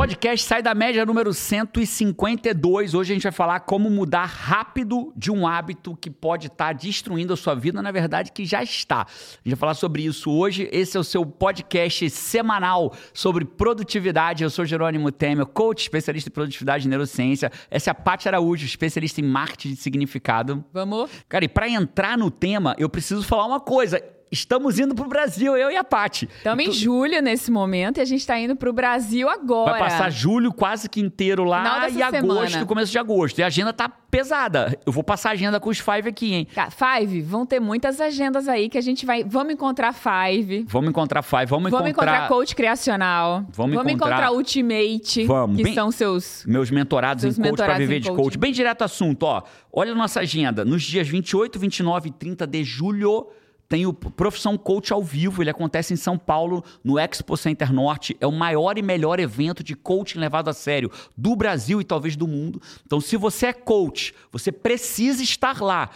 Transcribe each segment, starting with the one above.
podcast Sai da Média número 152. Hoje a gente vai falar como mudar rápido de um hábito que pode estar destruindo a sua vida, na verdade que já está. A gente vai falar sobre isso hoje. Esse é o seu podcast semanal sobre produtividade. Eu sou Jerônimo Temer, coach, especialista em produtividade e neurociência. Essa é a Paty Araújo, especialista em marketing de significado. Vamos? Cara, e para entrar no tema, eu preciso falar uma coisa. Estamos indo pro Brasil, eu e a Paty. Estamos em julho nesse momento e a gente tá indo pro Brasil agora. Vai passar julho quase que inteiro lá e agosto, começo de agosto. E a agenda tá pesada. Eu vou passar a agenda com os Five aqui, hein? Five, vão ter muitas agendas aí que a gente vai... Vamos encontrar Five. Vamos encontrar Five, vamos encontrar Coach Criacional. Vamos encontrar Ultimate, que são meus mentorados em coach para viver de coach. Bem direto ao assunto, ó. Olha a nossa agenda. Nos dias 28, 29 e 30 de julho... Tem o Profissão Coach ao vivo, ele acontece em São Paulo, no Expo Center Norte. É o maior e melhor evento de coaching levado a sério do Brasil e talvez do mundo. Então, se você é coach, você precisa estar lá.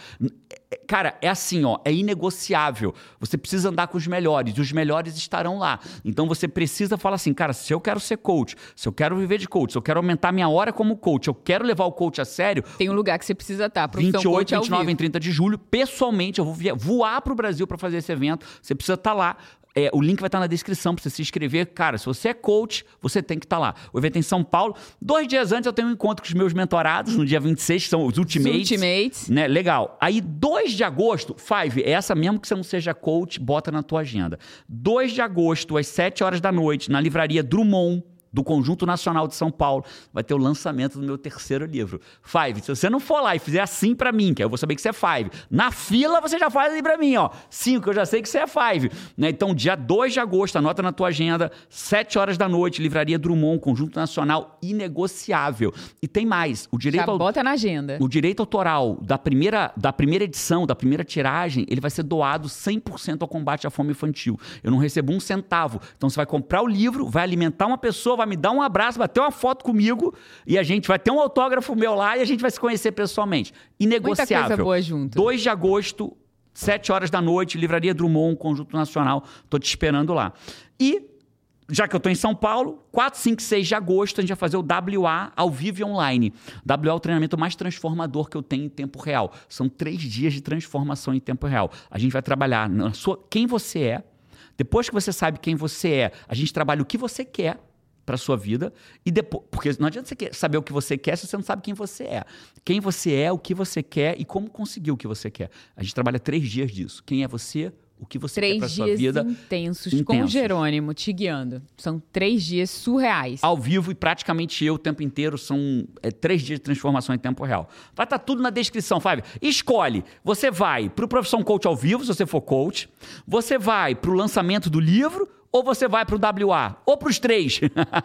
Cara, é assim, ó, é inegociável. Você precisa andar com os melhores, e os melhores estarão lá. Então, você precisa falar assim, cara, se eu quero ser coach, se eu quero viver de coach, se eu quero aumentar minha hora como coach, eu quero levar o coach a sério... Tem um lugar que você precisa estar, 28, 29 e 30 de julho, pessoalmente, eu vou voar para o Brasil para fazer esse evento. Você precisa estar lá. O link vai estar na descrição para você se inscrever. Cara, se você é coach, você tem que estar lá. O evento é em São Paulo. 2 dias antes eu tenho um encontro com os meus mentorados, no dia 26, que são os Ultimates. Né? Legal. Aí, 2 de agosto, Five, é essa mesmo que você não seja coach, bota na tua agenda. 2 de agosto, às 7 horas da noite, na livraria Drummond, do Conjunto Nacional de São Paulo, vai ter o lançamento do meu 3º livro. Five, se você não for lá e fizer assim pra mim, que aí eu vou saber que você é Five. Na fila, você já faz ali pra mim, ó. 5, eu já sei que você é Five. Né? Então, dia 2 de agosto, anota na tua agenda, 7 horas da noite, livraria Drummond, Conjunto Nacional, inegociável. E tem mais. Bota na agenda. O direito autoral da primeira edição, da primeira tiragem, ele vai ser doado 100% ao combate à fome infantil. Eu não recebo um centavo. Então, você vai comprar o livro, vai alimentar uma pessoa, vai me dar um abraço, vai ter uma foto comigo e a gente vai ter um autógrafo meu lá e a gente vai se conhecer pessoalmente. Inegociável. Muita coisa boa junto. 2 de agosto, 7 horas da noite, livraria Drummond, Conjunto Nacional. Tô te esperando lá. E, já que eu tô em São Paulo, 4, 5, 6 de agosto, a gente vai fazer o WA ao vivo e online. WA é o treinamento mais transformador que eu tenho em tempo real. São 3 dias de transformação em tempo real. A gente vai trabalhar quem você é. Depois que você sabe quem você é, a gente trabalha o que você quer para sua vida, e depois, porque não adianta você saber o que você quer se você não sabe quem você é. Quem você é, o que você quer e como conseguir o que você quer. A gente trabalha 3 dias disso. Quem é você, o que você quer para sua vida. 3 dias intensos com o Jerônimo te guiando. São 3 dias surreais. Ao vivo e praticamente eu o tempo inteiro. São 3 dias de transformação em tempo real. Vai estar tudo na descrição, Fábio. Escolhe. Você vai pro Profissão Coach ao vivo, se você for coach. Você vai pro lançamento do livro, ou você vai pro WA, ou pros 3.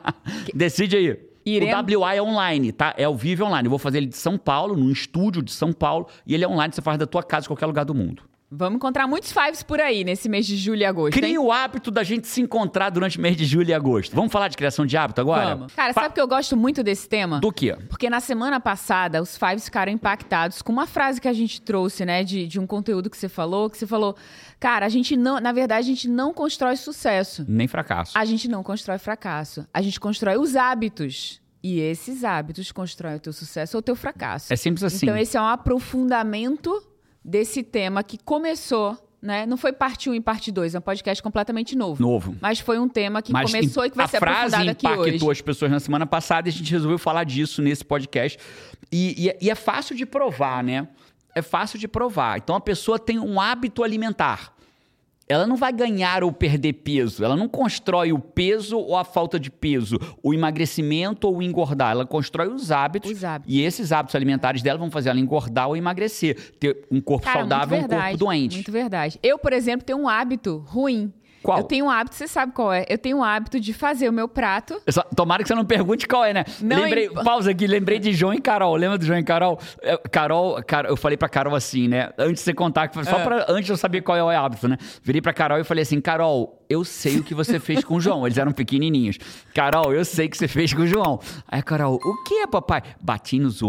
Decide aí. O WA é online, tá? É ao vivo e online. Eu vou fazer ele de São Paulo, num estúdio de São Paulo, e ele é online, você faz da tua casa, em qualquer lugar do mundo. Vamos encontrar muitos Fives por aí, nesse mês de julho e agosto. Cria o hábito da gente se encontrar durante o mês de julho e agosto. Vamos falar de criação de hábito agora? Vamos. Cara, sabe que eu gosto muito desse tema? Do quê? Porque na semana passada, os Fives ficaram impactados com uma frase que a gente trouxe, né? De um conteúdo que você falou, cara, a gente não... Na verdade, a gente não constrói sucesso. Nem fracasso. A gente não constrói fracasso. A gente constrói os hábitos. E esses hábitos constroem o teu sucesso ou o teu fracasso. É simples assim. Então, esse é um aprofundamento desse tema que começou, né? Não foi parte 1 e parte 2, é um podcast completamente novo. Mas foi um tema que começou e que vai ser aprofundado aqui hoje. A frase impactou as pessoas na semana passada e a gente resolveu falar disso nesse podcast. E é fácil de provar, né? É fácil de provar. Então, a pessoa tem um hábito alimentar. Ela não vai ganhar ou perder peso. Ela não constrói o peso ou a falta de peso, o emagrecimento ou o engordar. Ela constrói os hábitos. E esses hábitos alimentares dela vão fazer ela engordar ou emagrecer. Ter um corpo saudável ou um corpo doente. Muito verdade. Eu, por exemplo, tenho um hábito ruim. Qual? Eu tenho um hábito, você sabe qual é. Eu tenho um hábito de fazer o meu prato. Tomara que você não pergunte qual é, né? Pausa aqui, lembrei de João e Carol. Lembra do João e Carol? Carol, eu falei pra Carol assim, né? Antes de você contar, antes de eu saber qual é o hábito, né? Virei pra Carol e falei assim, Carol, eu sei o que você fez com o João. Eles eram pequenininhos. Carol, eu sei o que você fez com o João. Aí a Carol, o que, papai? Bati no João?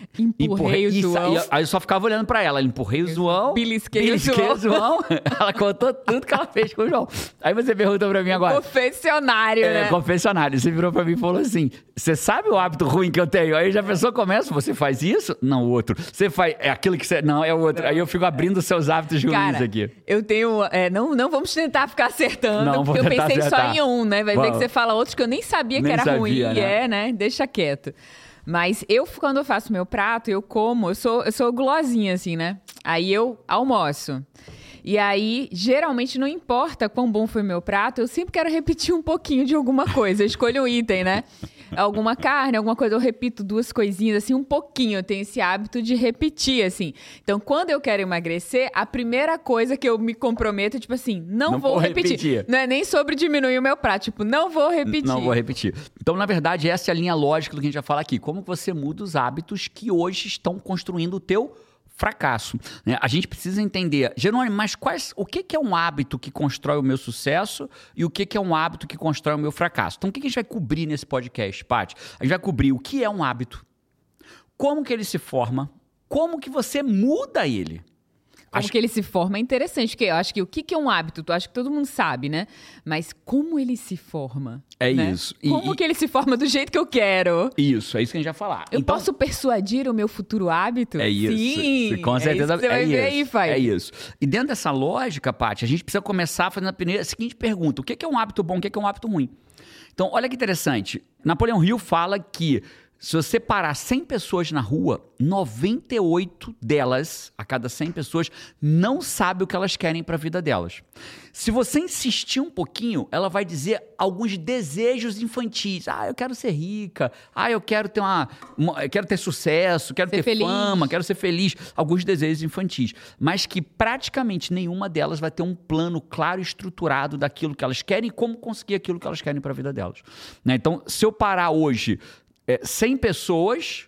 Empurrei o João. Aí eu só ficava olhando pra ela. Empurrei o João. Belisquei o João. Ela contou tudo que ela fez com o João. Aí você perguntou pra mim agora. Confessionário, né? Confessionário. Você virou pra mim e falou assim, você sabe o hábito ruim que eu tenho? Aí já a pessoa começa, você faz isso? Não, o outro. Você faz, é aquilo que você... Não, é o outro. Aí eu fico abrindo os seus hábitos ruins aqui. Eu tenho... não vamos tentar ficar acertando, não, porque eu pensei acertar. Só em um, né? Vai ver que você fala outros que eu nem sabia que era ruim. Né? Né? Deixa quieto. Mas quando eu faço meu prato, eu como, eu sou gulosinha, assim, né? Aí eu almoço. E aí, geralmente, não importa quão bom foi meu prato, eu sempre quero repetir um pouquinho de alguma coisa. Eu escolho um item, né? Alguma carne, alguma coisa, eu repito 2 coisinhas, assim, um pouquinho. Eu tenho esse hábito de repetir, assim. Então, quando eu quero emagrecer, a primeira coisa que eu me comprometo é, tipo assim, não vou repetir. Não é nem sobre diminuir o meu prato, tipo, não vou repetir. Não vou repetir. Então, na verdade, essa é a linha lógica do que a gente vai falar aqui. Como você muda os hábitos que hoje estão construindo o teu fracasso, né? A gente precisa entender, Jerônimo, mas o que é um hábito que constrói o meu sucesso e o que é um hábito que constrói o meu fracasso? Então, o que a gente vai cobrir nesse podcast, Paty? A gente vai cobrir o que é um hábito, como que ele se forma, como que você muda ele. Como que ele se forma é interessante, porque eu acho que o que é um hábito, eu acho que todo mundo sabe, né? Mas como ele se forma? É né? isso. Como que ele se forma do jeito que eu quero? Isso, é isso que a gente vai falar. Eu posso persuadir o meu futuro hábito? É isso. Sim, com certeza. Você vai ver aí, Fai. É isso. E dentro dessa lógica, Paty, a gente precisa começar fazendo a seguinte pergunta. O que é um hábito bom, o que é um hábito ruim? Então, olha que interessante. Napoleão Hill fala que se você parar 100 pessoas na rua, 98 delas, a cada 100 pessoas, não sabe o que elas querem para a vida delas. Se você insistir um pouquinho, ela vai dizer alguns desejos infantis. Eu quero ser rica. Eu quero ter quero ter sucesso, quero ter fama, quero ser feliz. Alguns desejos infantis. Mas que praticamente nenhuma delas vai ter um plano claro e estruturado daquilo que elas querem e como conseguir aquilo que elas querem para a vida delas. Né? Então, se eu parar hoje 100 pessoas,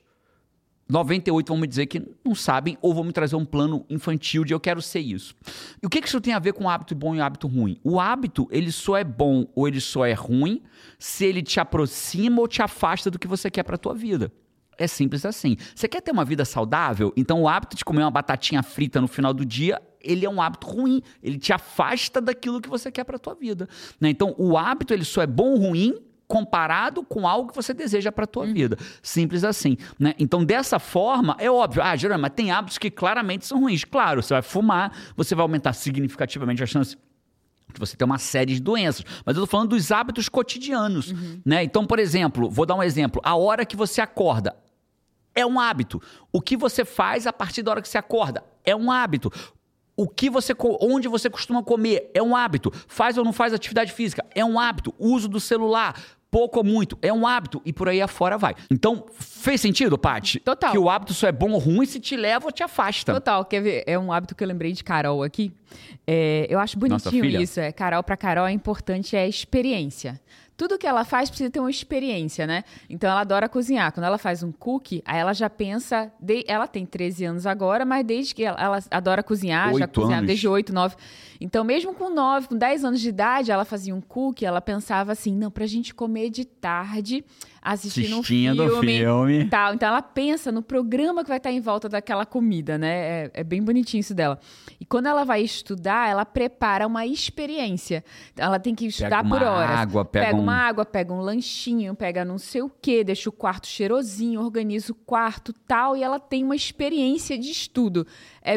98 vão me dizer que não sabem ou vão me trazer um plano infantil de eu quero ser isso. E o que isso tem a ver com hábito bom e hábito ruim? O hábito, ele só é bom ou ele só é ruim se ele te aproxima ou te afasta do que você quer para a tua vida. É simples assim. Você quer ter uma vida saudável? Então o hábito de comer uma batatinha frita no final do dia, ele é um hábito ruim. Ele te afasta daquilo que você quer para a tua vida. Né? Então o hábito, ele só é bom ou ruim comparado com algo que você deseja para a tua vida. Simples assim. Né? Então, dessa forma, é óbvio. Jerônimo, mas tem hábitos que claramente são ruins. Claro, você vai fumar, você vai aumentar significativamente a chance de você ter uma série de doenças. Mas eu estou falando dos hábitos cotidianos. Né? Então, por exemplo, vou dar um exemplo. A hora que você acorda é um hábito. O que você faz a partir da hora que você acorda é um hábito. Onde você costuma comer é um hábito. Faz ou não faz atividade física é um hábito. Uso do celular, pouco ou muito, é um hábito. E por aí afora vai. Então, fez sentido, Paty? Total. Que o hábito só é bom ou ruim se te leva ou te afasta. Total. Quer ver? É um hábito que eu lembrei de Carol aqui. Eu acho bonitinho isso. Pra Carol, é importante a experiência. Tudo que ela faz precisa ter uma experiência, né? Então, ela adora cozinhar. Quando ela faz um cookie, aí ela já pensa... Ela tem 13 anos agora, mas desde que ela adora cozinhar, já cozinha desde 8, 9. Então, mesmo com 9, com 10 anos de idade, ela fazia um cookie, ela pensava assim, não, pra gente comer de tarde, assistindo um filme. Tal. Então, ela pensa no programa que vai estar em volta daquela comida, né? É bem bonitinho isso dela. E quando ela vai estudar, ela prepara uma experiência. Ela tem que estudar por horas. Pega uma água, pega um lanchinho, pega não sei o quê, deixa o quarto cheirosinho, organiza o quarto, tal, e ela tem uma experiência de estudo. É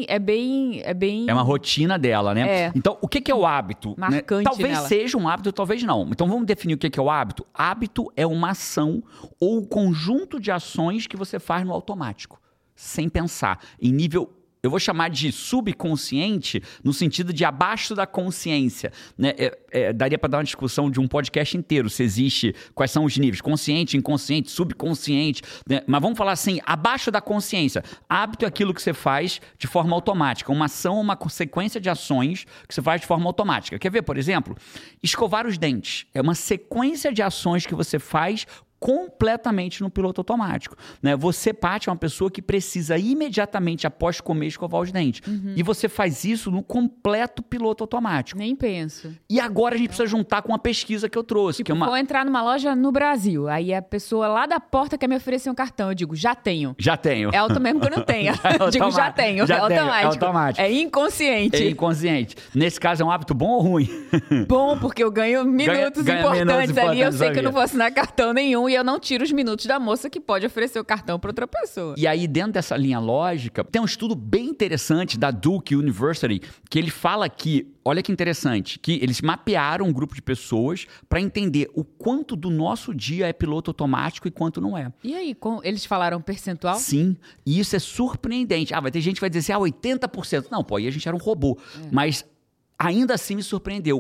uma rotina dela, né? Então, o que é o hábito? Marcante, né? Talvez seja um hábito, talvez não. Então, vamos definir o que é o hábito? Hábito é uma ação ou um conjunto de ações que você faz no automático, sem pensar, em nível... Eu vou chamar de subconsciente no sentido de abaixo da consciência. Né? Daria para dar uma discussão de um podcast inteiro se existe, quais são os níveis, consciente, inconsciente, subconsciente. Né? Mas vamos falar assim, abaixo da consciência. Hábito é aquilo que você faz de forma automática. Uma ação, uma sequência de ações que você faz de forma automática. Quer ver, por exemplo? Escovar os dentes. É uma sequência de ações que você faz completamente no piloto automático, né? Você, Paty, é uma pessoa que precisa imediatamente após comer escovar os dentes. E você faz isso no completo piloto automático. Nem penso. E agora a gente precisa juntar com uma pesquisa que eu trouxe. Tipo, que é uma... vou entrar numa loja no Brasil, aí a pessoa lá da porta quer me oferecer um cartão. Eu digo, já tenho. Já tenho. É auto mesmo que eu não tenha. Digo, já tenho. Já é tenho. automático. É automático. É inconsciente. É inconsciente. Nesse caso, é um hábito bom ou ruim? Bom, porque eu ganho minutos importantes ali. Eu sei que eu não vou assinar cartão nenhum e eu não tiro os minutos da moça que pode oferecer o cartão para outra pessoa. E aí, dentro dessa linha lógica, tem um estudo bem interessante da Duke University, que ele fala que, olha que interessante, que eles mapearam um grupo de pessoas para entender o quanto do nosso dia é piloto automático e quanto não é. E aí, eles falaram percentual? Sim, e isso é surpreendente. Vai ter gente que vai dizer assim, 80%. Não, pô, aí a gente era um robô. Mas ainda assim me surpreendeu.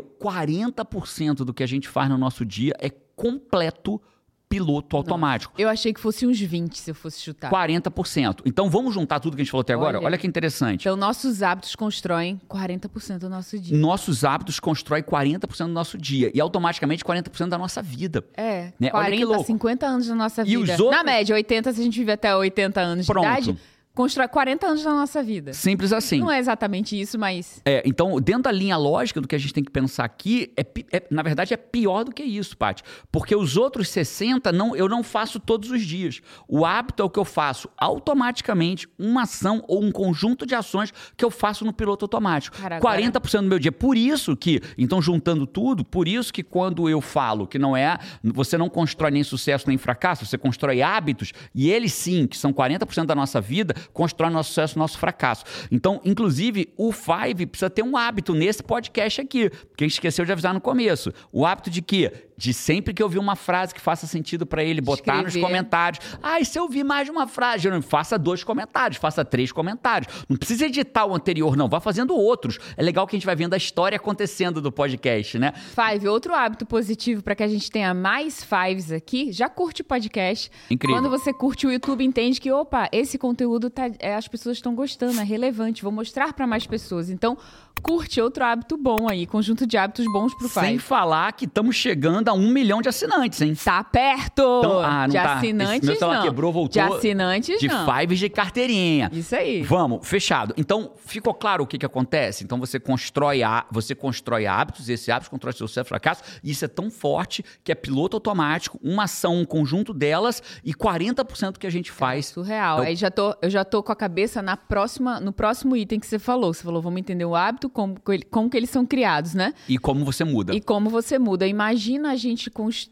40% do que a gente faz no nosso dia é completo piloto automático. Eu achei que fosse uns 20, se eu fosse chutar. 40%. Então, vamos juntar tudo que a gente falou até agora? Olha que interessante. Então, nossos hábitos constroem 40% do nosso dia. Nossos hábitos constroem 40% do nosso dia. E, automaticamente, 40% da nossa vida. Né? 40, 50 anos da nossa vida. Os outros... Na média, 80, se a gente vive até 80 anos de idade... Constrói 40 anos da nossa vida. Simples assim. Não é exatamente isso, mas... Então, dentro da linha lógica do que a gente tem que pensar aqui, na verdade, é pior do que isso, Paty. Porque os outros 60, eu não faço todos os dias. O hábito é o que eu faço automaticamente, uma ação ou um conjunto de ações que eu faço no piloto automático. Cara, 40% do meu dia. Por isso que, então, juntando tudo, por isso que quando eu falo que não é... Você não constrói nem sucesso nem fracasso, você constrói hábitos, e eles sim, que são 40% da nossa vida, constrói nosso sucesso, nosso fracasso. Então, inclusive, o Five precisa ter um hábito nesse podcast aqui, que a gente esqueceu de avisar no começo. O hábito de quê? De sempre que eu ouvir uma frase que faça sentido para ele, botar nos comentários. E se eu ouvir mais de uma frase? Faça 2 comentários, faça 3 comentários. Não precisa editar o anterior, não. Vá fazendo outros. É legal que a gente vai vendo a história acontecendo do podcast, né? Five, outro hábito positivo para que a gente tenha mais Fives aqui, já curte o podcast. Incrível. Quando você curte o YouTube, entende que, opa, esse conteúdo as pessoas estão gostando, é relevante, vou mostrar para mais pessoas. Então, curte outro hábito bom aí, conjunto de hábitos bons pro Five. Sem falar que estamos chegando a 1 milhão de assinantes, hein? Tá perto! Então, não de tá. assinantes, meu celular quebrou, voltou. De assinantes, de Fives de carteirinha. Isso aí. Vamos, fechado. Então, ficou claro o que acontece? Então, você constrói hábitos, esses hábitos constroem seu sucesso e fracasso, e isso é tão forte que é piloto automático, uma ação, um conjunto delas, e 40% que a gente faz. Surreal. Aí eu já tô com a cabeça no próximo item que você falou. Você falou, vamos entender o hábito, como que eles são criados, né? E como você muda. Imagina a gente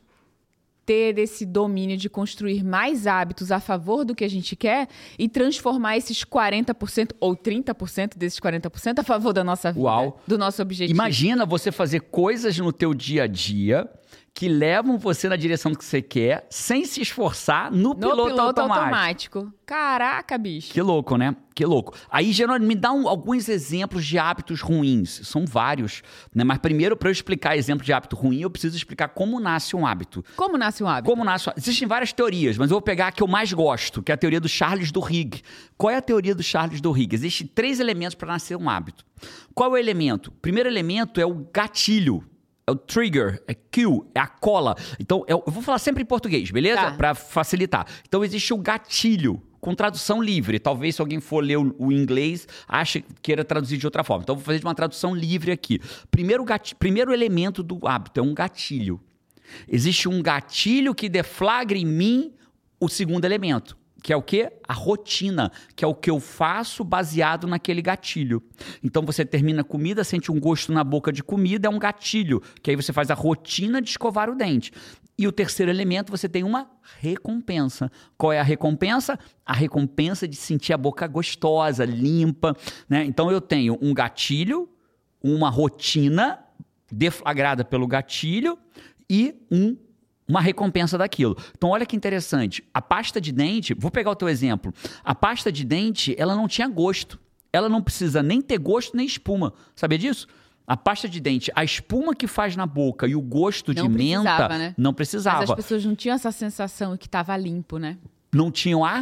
ter esse domínio de construir mais hábitos a favor do que a gente quer e transformar esses 40% ou 30% desses 40% a favor da nossa vida, do nosso objetivo. Imagina você fazer coisas no teu dia a dia que levam você na direção que você quer, sem se esforçar no piloto automático. Caraca, bicho. Que louco, né? Que louco. Aí, Jerônimo, me dá alguns exemplos de hábitos ruins. São vários, né? Mas primeiro, para eu explicar exemplo de hábito ruim, eu preciso explicar como nasce um hábito. Como nasce um hábito? Existem várias teorias, mas eu vou pegar a que eu mais gosto, que é a teoria do Charles Duhigg. Qual é a teoria do Charles Duhigg? Existem 3 elementos para nascer um hábito. Qual é o elemento? O primeiro elemento é o gatilho. É o trigger, é cue, é a cola. Então, eu vou falar sempre em português, beleza? Tá. Para facilitar. Então, existe o gatilho, com tradução livre. Talvez, se alguém for ler o inglês, queira traduzir de outra forma. Então, eu vou fazer de uma tradução livre aqui. Primeiro elemento do hábito é um gatilho. Existe um gatilho que deflagra em mim o segundo elemento. Que é o quê? A rotina, que é o que eu faço baseado naquele gatilho. Então, você termina a comida, sente um gosto na boca de comida, é um gatilho, que aí você faz a rotina de escovar o dente. E o terceiro elemento, você tem uma recompensa. Qual é a recompensa? A recompensa de sentir a boca gostosa, limpa, né? Então, eu tenho um gatilho, uma rotina deflagrada pelo gatilho e uma recompensa daquilo. Então, olha que interessante. A pasta de dente, vou pegar o teu exemplo. A pasta de dente, ela não tinha gosto. Ela não precisa nem ter gosto, nem espuma. Sabia disso? A pasta de dente, a espuma que faz na boca e o gosto de menta, né? Não precisava. Mas as pessoas não tinham essa sensação que estava limpo, né? Não tinham a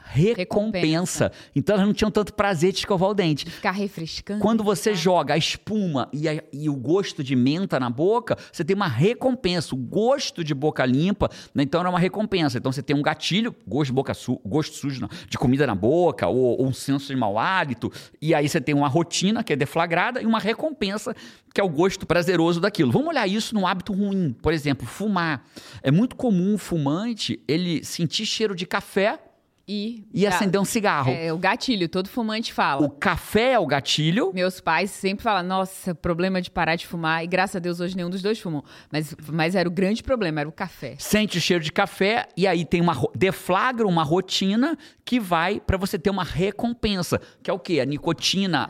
recompensa. Então elas não tinham tanto prazer de escovar o dente. Ficar refrescando. Quando você joga a espuma e o gosto de menta na boca, você tem uma recompensa. O gosto de boca limpa, né? Então era uma recompensa. Então você tem um gatilho, gosto sujo não, de comida na boca, ou um senso de mau hálito. E aí você tem uma rotina que é deflagrada e uma recompensa que é o gosto prazeroso daquilo. Vamos olhar isso num hábito ruim. Por exemplo, fumar. É muito comum o fumante ele sentir cheiro de café e acender um cigarro. É o gatilho, todo fumante fala. O café é o gatilho. Meus pais sempre falam, nossa, problema de parar de fumar. E graças a Deus hoje nenhum dos dois fumou. Mas era o grande problema, era o café. Sente o cheiro de café e aí deflagra uma rotina que vai para você ter uma recompensa. Que é o quê? A nicotina,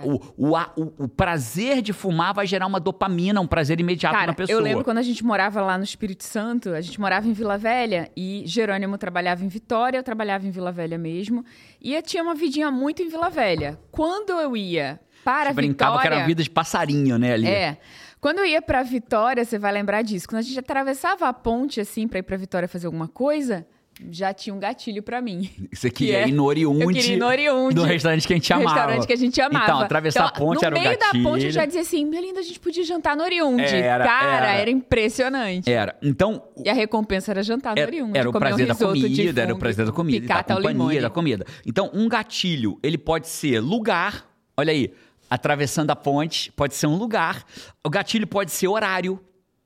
o prazer de fumar vai gerar uma dopamina, um prazer imediato na pessoa. Eu lembro quando a gente morava lá no Espírito Santo, a gente morava em Vila Velha e Jerônimo trabalhava em Vitória, eu trabalhava em Vila Velha mesmo. E eu tinha uma vidinha muito em Vila Velha. Quando eu ia para Vitória... brincava que era uma vida de passarinho, né, ali. Quando eu ia para Vitória, você vai lembrar disso. Quando a gente atravessava a ponte, assim, para ir para Vitória fazer alguma coisa... já tinha um gatilho pra mim. Você queria ir no Oriundi. Eu queria ir no Oriundi. No restaurante que a gente amava. No restaurante que a gente amava. Então, atravessar a ponte era o gatilho. No meio da ponte eu já dizia assim, minha linda, a gente podia jantar no Oriundi. Era impressionante. Então... E a recompensa era jantar no Oriundi. Era o prazer da comida, era o prazer da comida, da companhia, da comida. Então, um gatilho, ele pode ser lugar, olha aí, atravessando a ponte, pode ser um lugar. O gatilho pode ser horário.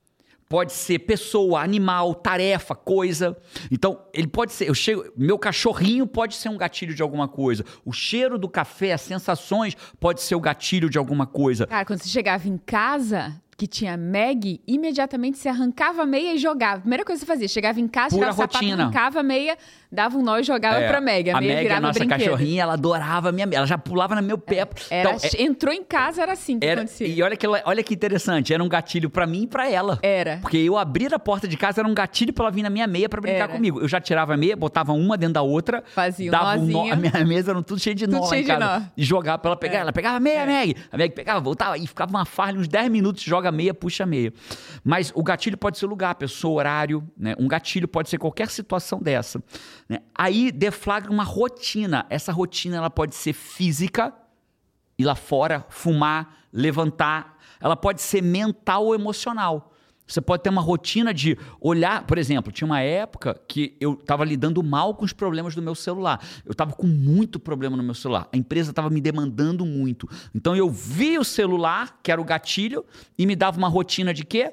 Pode ser pessoa, animal, tarefa, coisa. Então, ele pode ser... meu cachorrinho pode ser um gatilho de alguma coisa. O cheiro do café, as sensações, pode ser o gatilho de alguma coisa. Cara, quando você chegava em casa... que tinha Maggie, imediatamente você arrancava a meia e jogava. Primeira coisa que você fazia, chegava em casa, tirava o sapato, arrancava a meia, dava um nó e jogava pra Maggie. A meia virava nossa brinquedo. Cachorrinha, ela adorava a minha meia, ela já pulava no meu pé. Entrou em casa, era assim que acontecia. E olha que interessante, era um gatilho pra mim e pra ela. Era. Porque eu abrir a porta de casa, era um gatilho pra ela vir na minha meia pra brincar comigo. Eu já tirava a meia, botava uma dentro da outra, fazia dava um nozinho. A minha mesa era tudo cheio de nó lá em casa. E jogava pra ela pegar. Ela pegava a meia, Maggie. A Maggie pegava, voltava, e ficava uma farra, uns 10 minutos, joga a meia, puxa a meia. Mas o gatilho pode ser lugar, pessoa, horário, né? Um gatilho pode ser qualquer situação dessa, né? Aí deflagra uma rotina. Essa rotina ela pode ser física, ir lá fora, fumar, levantar. Ela pode ser mental ou emocional. Você pode ter uma rotina de olhar... Por exemplo, tinha uma época que eu estava lidando mal com os problemas do meu celular. Eu estava com muito problema no meu celular. A empresa estava me demandando muito. Então, eu vi o celular, que era o gatilho, e me dava uma rotina de quê?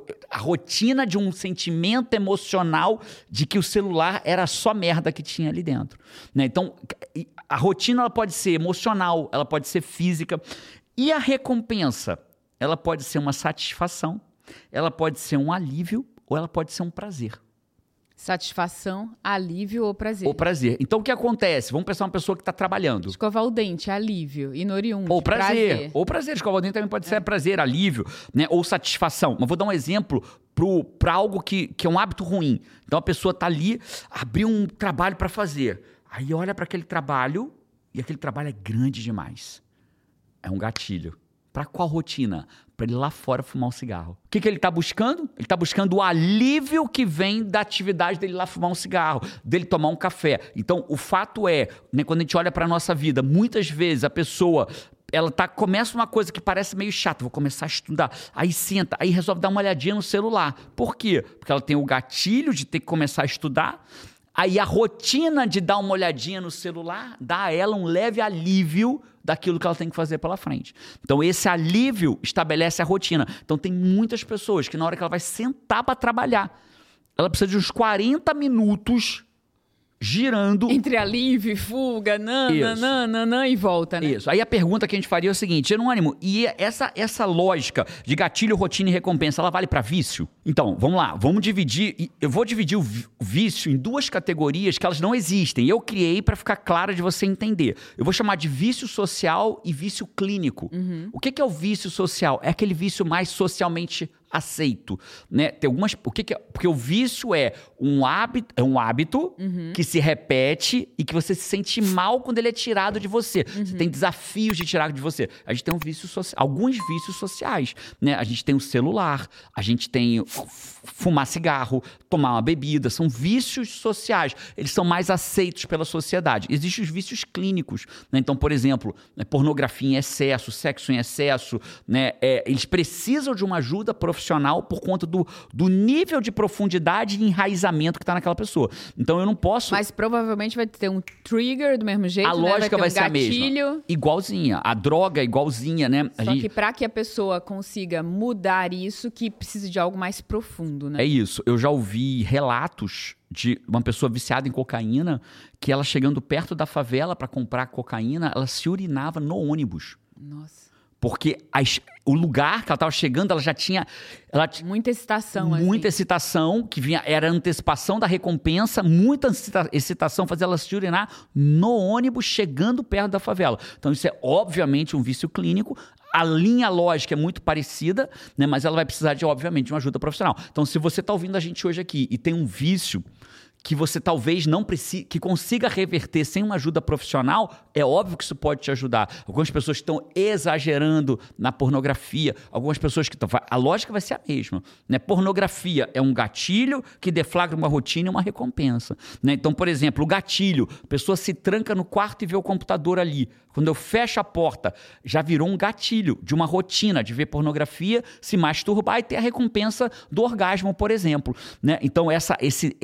A rotina de um sentimento emocional de que o celular era só merda que tinha ali dentro, né? Então, a rotina ela pode ser emocional, ela pode ser física. E a recompensa? Ela pode ser uma satisfação, ela pode ser um alívio ou ela pode ser um prazer. Satisfação, alívio ou prazer. Ou prazer. Então, o que acontece? Vamos pensar uma pessoa que está trabalhando. Escovar o dente, alívio. E no Oriundi, ou prazer. Ou prazer. Escovar o dente também pode ser prazer, alívio, né? Ou satisfação. Mas vou dar um exemplo para algo que é um hábito ruim. Então, a pessoa está ali, abriu um trabalho para fazer. Aí olha para aquele trabalho e aquele trabalho é grande demais. É um gatilho. Para qual rotina? Para ele ir lá fora fumar um cigarro. O que ele está buscando? Ele está buscando o alívio que vem da atividade dele ir lá fumar um cigarro, dele tomar um café. Então, o fato é, né, quando a gente olha para a nossa vida, muitas vezes a pessoa... ela começa uma coisa que parece meio chata, vou começar a estudar, aí senta, aí resolve dar uma olhadinha no celular. Por quê? Porque ela tem o gatilho de ter que começar a estudar, aí a rotina de dar uma olhadinha no celular dá a ela um leve alívio daquilo que ela tem que fazer pela frente. Então, esse alívio estabelece a rotina. Então, tem muitas pessoas que na hora que ela vai sentar para trabalhar, ela precisa de uns 40 minutos girando... entre alívio e fuga, nananana, e volta, né? Isso. Aí a pergunta que a gente faria é o seguinte, Jerônimo, e essa lógica de gatilho, rotina e recompensa, ela vale para vício? Então, vamos lá, eu vou dividir o vício em duas categorias que elas não existem. Eu criei para ficar clara de você entender. Eu vou chamar de vício social e vício clínico. Uhum. O que é o vício social? É aquele vício mais socialmente aceito, né? Tem algumas... Porque o vício é um hábito que se repete e que você se sente mal quando ele é tirado de você. Você tem desafios de tirar de você. A gente tem alguns vícios sociais, né? A gente tem o celular, a gente tem fumar cigarro, tomar uma bebida. São vícios sociais. Eles são mais aceitos pela sociedade. Existem os vícios clínicos, né? Então, por exemplo, pornografia em excesso, sexo em excesso, né? Eles precisam de uma ajuda profissional por conta do nível de profundidade e enraizamento que está naquela pessoa. Então, eu não posso... Mas provavelmente vai ter um trigger do mesmo jeito, a lógica vai ser a mesma. Igualzinha. A droga é igualzinha, né? Só que para que a pessoa consiga mudar isso, que precisa de algo mais profundo, né? É isso. Eu já ouvi relatos de uma pessoa viciada em cocaína, que ela chegando perto da favela para comprar cocaína, ela se urinava no ônibus. Nossa. Porque o lugar que ela estava chegando, ela tinha muita excitação. Muita excitação, que era a antecipação da recompensa, muita excitação fazia ela se urinar no ônibus chegando perto da favela. Então isso é obviamente um vício clínico. A linha lógica é muito parecida, né? Mas ela vai precisar obviamente, de uma ajuda profissional. Então se você está ouvindo a gente hoje aqui e tem um vício que você talvez não precise, que consiga reverter sem uma ajuda profissional, é óbvio que isso pode te ajudar. Algumas pessoas estão exagerando na pornografia, algumas pessoas que a lógica vai ser a mesma, né? Pornografia é um gatilho que deflagra uma rotina e uma recompensa, né? Então, por exemplo, o gatilho, a pessoa se tranca no quarto e vê o computador ali. Quando eu fecho a porta, já virou um gatilho de uma rotina de ver pornografia, se masturbar e ter a recompensa do orgasmo, por exemplo, né? Então, esse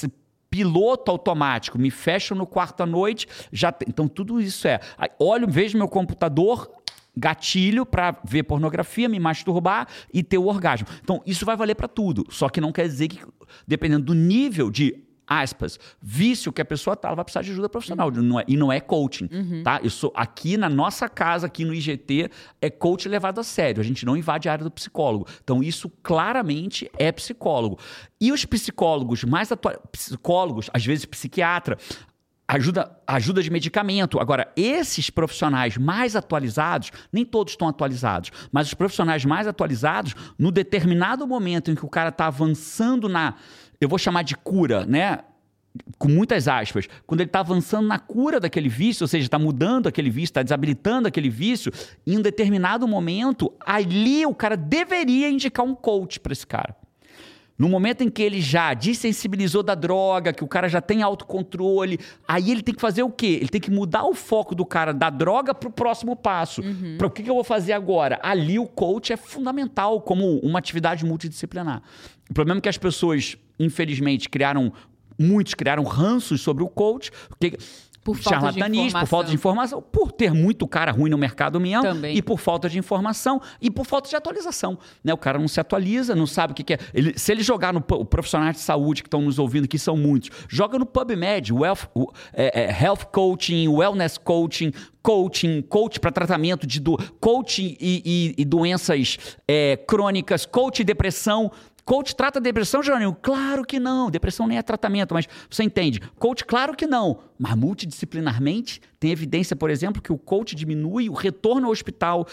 piloto automático, me fecho no quarto à noite, então tudo isso vejo meu computador, gatilho para ver pornografia, me masturbar e ter o orgasmo. Então isso vai valer para tudo, só que não quer dizer que, dependendo do nível de aspas, vício que a pessoa ela vai precisar de ajuda profissional, e não é coaching, tá? Eu sou aqui na nossa casa, aqui no IGT, é coach levado a sério, a gente não invade a área do psicólogo, então isso claramente é psicólogo. E os psicólogos psicólogos, às vezes psiquiatra, ajuda de medicamento. Agora, esses profissionais mais atualizados, nem todos estão atualizados, mas os profissionais mais atualizados, no determinado momento em que o cara está avançando eu vou chamar de cura, né? Com muitas aspas, quando ele está avançando na cura daquele vício, ou seja, está mudando aquele vício, está desabilitando aquele vício, em um determinado momento, ali o cara deveria indicar um coach para esse cara. No momento em que ele já desensibilizou da droga, que o cara já tem autocontrole, aí ele tem que fazer o quê? Ele tem que mudar o foco do cara da droga para o próximo passo. Para o que eu vou fazer agora? Ali o coach é fundamental como uma atividade multidisciplinar. O problema é que as pessoas, infelizmente, muitos criaram ranços sobre o coach, por charlatanismo, por falta de informação, por ter muito cara ruim no mercado mesmo, também. E por falta de informação e por falta de atualização, né? O cara não se atualiza, não sabe o que é. Se ele jogar no profissionais de saúde que estão nos ouvindo, que são muitos, joga no PubMed, Health Coaching, Wellness Coaching, coach para tratamento de coaching e doenças crônicas, coach e depressão. Coach trata depressão, Jerônimo? Claro que não. Depressão nem é tratamento, mas você entende. Coach, claro que não. Mas multidisciplinarmente, tem evidência, por exemplo, que o coach diminui o retorno ao hospital,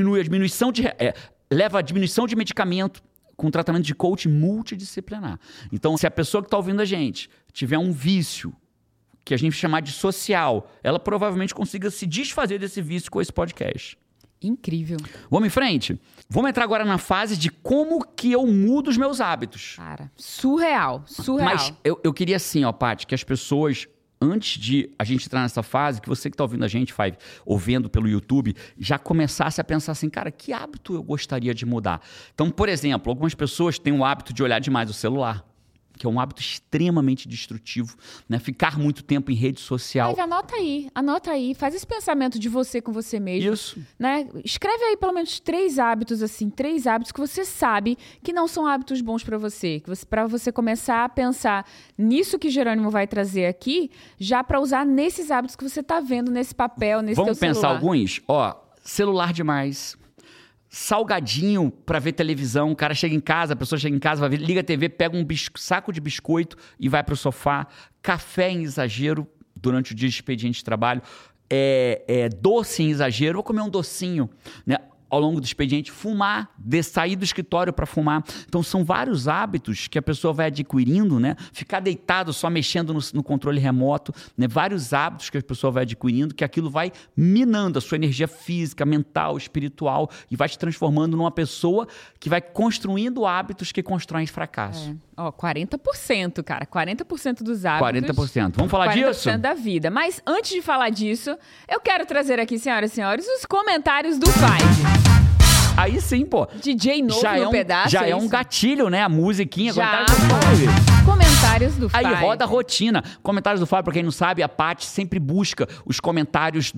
leva a diminuição de medicamento com tratamento de coach multidisciplinar. Então, se a pessoa que está ouvindo a gente tiver um vício, que a gente chamar de social, ela provavelmente consiga se desfazer desse vício com esse podcast. Incrível. Vamos em frente? Vamos entrar agora na fase de como que eu mudo os meus hábitos. Cara, surreal. Mas eu queria assim, Paty, que as pessoas, antes de a gente entrar nessa fase, que você que está ouvindo a gente, ouvindo pelo YouTube, já começasse a pensar assim, cara, que hábito eu gostaria de mudar? Então, por exemplo, algumas pessoas têm o hábito de olhar demais o celular, que é um hábito extremamente destrutivo, né? Ficar muito tempo em rede social. Anota aí, faz esse pensamento de você com você mesmo. Isso. Né? Escreve aí pelo menos 3 hábitos que você sabe que não são hábitos bons para você, para você começar a pensar nisso que Jerônimo vai trazer aqui, já para usar nesses hábitos que você tá vendo nesse papel, nesse teu celular. Vamos pensar alguns? Celular demais. Salgadinho para ver televisão, o cara chega em casa, a pessoa chega em casa, liga a TV, pega um saco de biscoito e vai pro sofá. Café em exagero durante o dia de expediente de trabalho. Doce em exagero, vou comer um docinho, né? ao longo do expediente, fumar, sair do escritório para fumar. Então, são vários hábitos que a pessoa vai adquirindo, né? Ficar deitado só mexendo no controle remoto, né? Vários hábitos que a pessoa vai adquirindo, que aquilo vai minando a sua energia física, mental, espiritual e vai te transformando numa pessoa que vai construindo hábitos que constroem fracasso. 40%, cara. 40% dos hábitos. 40%. Vamos falar disso? 40% da vida. Mas antes de falar disso, eu quero trazer aqui, senhoras e senhores, os comentários do Five. Aí sim, pô. DJ novo no pedaço. Já é um gatilho, né? A musiquinha. Já, comentários do Five. Aí roda a rotina. Comentários do Five, pra quem não sabe, a Paty sempre busca os comentários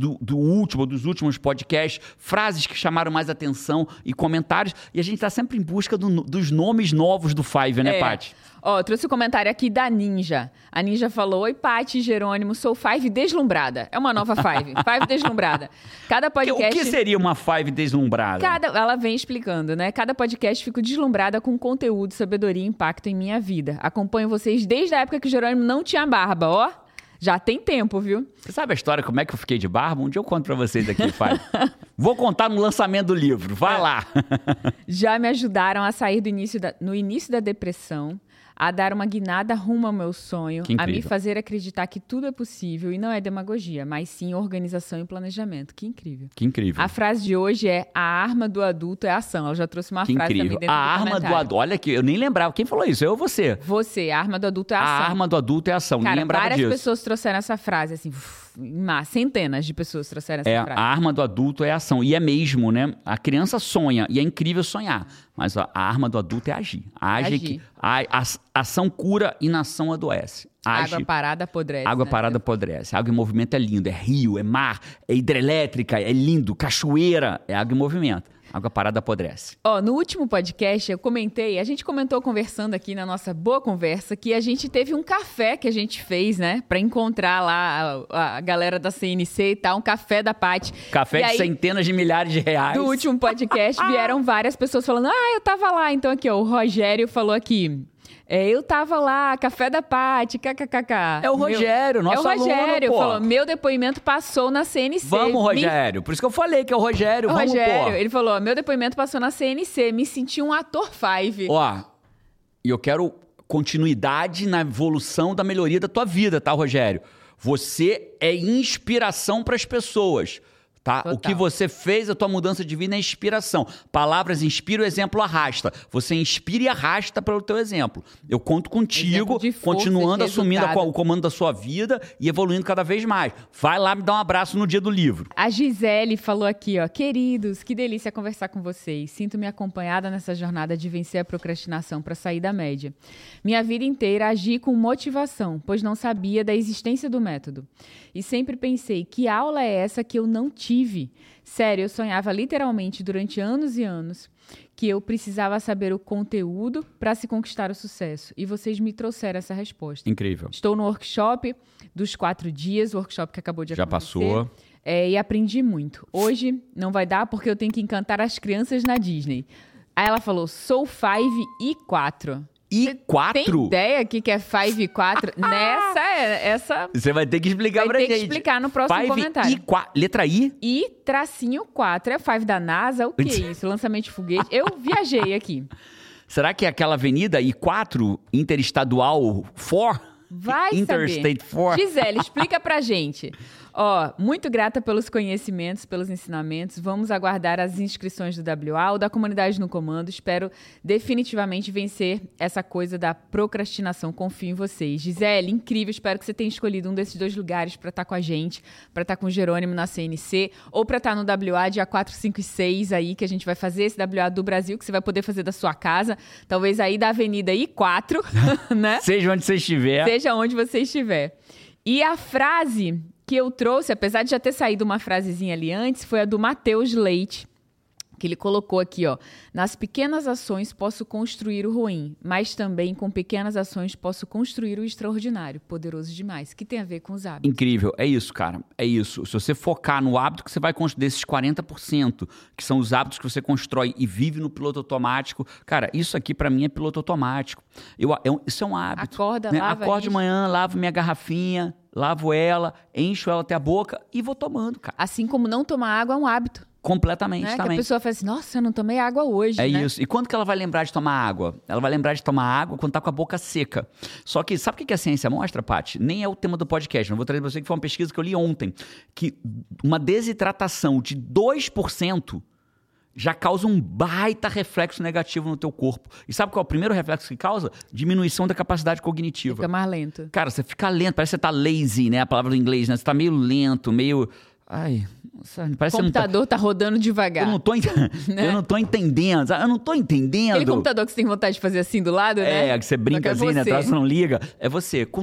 dos últimos podcasts, frases que chamaram mais atenção e comentários. E a gente tá sempre em busca dos nomes novos do Five, né, Paty? Ó, trouxe um comentário aqui da Ninja. A Ninja falou: oi, Paty e Jerônimo, sou Five deslumbrada. É uma nova Five. Five deslumbrada. Cada podcast... O que seria uma Five deslumbrada? Ela vem explicando, né? Cada podcast fico deslumbrada com conteúdo, sabedoria e impacto em minha vida. Acompanho vocês desde a época que o Jerônimo não tinha barba, ó. Já tem tempo, viu? Você sabe a história, como é que eu fiquei de barba? Um dia eu conto pra vocês aqui, Five. Vou contar no lançamento do livro. Vai lá. Já me ajudaram a sair no início da depressão, a dar uma guinada rumo ao meu sonho, a me fazer acreditar que tudo é possível e não é demagogia, mas sim organização e planejamento. Que incrível. Que incrível. A frase de hoje é: a arma do adulto é a ação. Ela já trouxe uma frase também dentro do comentário. A arma do adulto. Olha aqui, eu nem lembrava. Quem falou isso? Eu ou você? Você. A arma do adulto é a ação. A arma do adulto é a ação. Cara, nem lembrava disso. Várias pessoas trouxeram essa frase, assim, centenas de pessoas trouxeram essa frase. A arma do adulto é a ação. E é mesmo, né? A criança sonha, e é incrível sonhar. Mas a arma do adulto é agir. Agir. Ação cura, inação adoece. Água parada apodrece. Água parada apodrece. Água em movimento é lindo. É rio, é mar, é hidrelétrica, é lindo. Cachoeira, é água em movimento. Água parada apodrece. Ó, no último podcast a gente comentou conversando aqui na nossa boa conversa que a gente teve um café que a gente fez, né? Pra encontrar lá a galera da CNC e tal, um café da Paty. Café de centenas de milhares de reais. Do último podcast vieram várias pessoas falando: eu tava lá. Então aqui, ó, o Rogério falou aqui: eu tava lá, café da Paty, kkkk. É o Rogério, nosso aluno, pô. É o Rogério, falou: meu depoimento passou na CNC. Vamos, Rogério. Por isso que eu falei que é o Rogério. Vamos, pô. Ele falou: meu depoimento passou na CNC, me senti um ator Five. Ó, e eu quero continuidade na evolução da melhoria da tua vida, tá, Rogério? Você é inspiração para as pessoas. Tá? O que você fez, a tua mudança de vida é inspiração. Palavras inspiram, o exemplo arrasta. Você inspira e arrasta pelo teu exemplo. Eu conto contigo, continuando assumindo o comando da sua vida e evoluindo cada vez mais. Vai lá me dar um abraço no dia do livro. A Gisele falou aqui, ó: queridos, que delícia conversar com vocês. Sinto-me acompanhada nessa jornada de vencer a procrastinação para sair da média. Minha vida inteira agi com motivação, pois não sabia da existência do método. E sempre pensei: que aula é essa que eu não tive? Sério, eu sonhava literalmente durante anos e anos que eu precisava saber o conteúdo para se conquistar o sucesso. E vocês me trouxeram essa resposta. Incrível. Estou no workshop dos 4 dias, o workshop que acabou de acontecer. Já passou. E aprendi muito. Hoje não vai dar porque eu tenho que encantar as crianças na Disney. Aí ela falou: sou 5 e 4. E 4? Tem ideia que é 5 e 4? Essa... Você vai ter que explicar pra gente. Vai ter que explicar no próximo comentário. 5 e 4. Letra I? I, tracinho 4. É o 5 da NASA? O que é isso? Lançamento de foguete? Eu viajei aqui. Será que é aquela avenida I4, Interestadual 4? Vai Interstate saber. 4. Gisele, explica pra gente. Ó, muito grata pelos conhecimentos, pelos ensinamentos. Vamos aguardar as inscrições do WA ou da Comunidade no Comando. Espero definitivamente vencer essa coisa da procrastinação. Confio em vocês. Gisele, incrível. Espero que você tenha escolhido um desses 2 lugares para estar com a gente, para estar com o Jerônimo na CNC, ou para estar no WA dia 4, 5 e 6 aí, que a gente vai fazer esse WA do Brasil, que você vai poder fazer da sua casa, talvez aí da Avenida I4, né? Seja onde você estiver. Seja onde você estiver. E a frase que eu trouxe, apesar de já ter saído uma frasezinha ali antes, foi a do Matheus Leite, que ele colocou aqui, ó: nas pequenas ações posso construir o ruim, mas também com pequenas ações posso construir o extraordinário, poderoso demais, que tem a ver com os hábitos. Incrível, é isso, cara, é isso. Se você focar no hábito que você vai construir, desses 40%, que são os hábitos que você constrói e vive no piloto automático, cara, isso aqui pra mim é piloto automático. Isso é um hábito. Acorda, né? lava, Acordo de manhã, lavo minha garrafinha, lavo ela, encho ela até a boca e vou tomando, cara. Assim como não tomar água é um hábito. Completamente, né? também. Que a pessoa fala assim, nossa, eu não tomei água hoje, né? Isso. E quando que ela vai lembrar de tomar água? Ela vai lembrar de tomar água quando tá com a boca seca. Só que, sabe o que a ciência mostra, Paty? Nem é o tema do podcast. Não vou trazer pra você, que foi uma pesquisa que eu li ontem. Que uma desidratação de 2% já causa um baita reflexo negativo no teu corpo. E sabe qual é o primeiro reflexo que causa? Diminuição da capacidade cognitiva. Fica mais lento. Cara, você fica lento, parece que você tá lazy, né? A palavra do inglês, né? Você tá meio lento, meio... Ai, parece o computador tá rodando devagar. Eu não tô entendendo. Eu não tô entendendo. Aquele computador que você tem vontade de fazer assim do lado, né? Que você brinca assim, né? Atrás você não liga. É você, com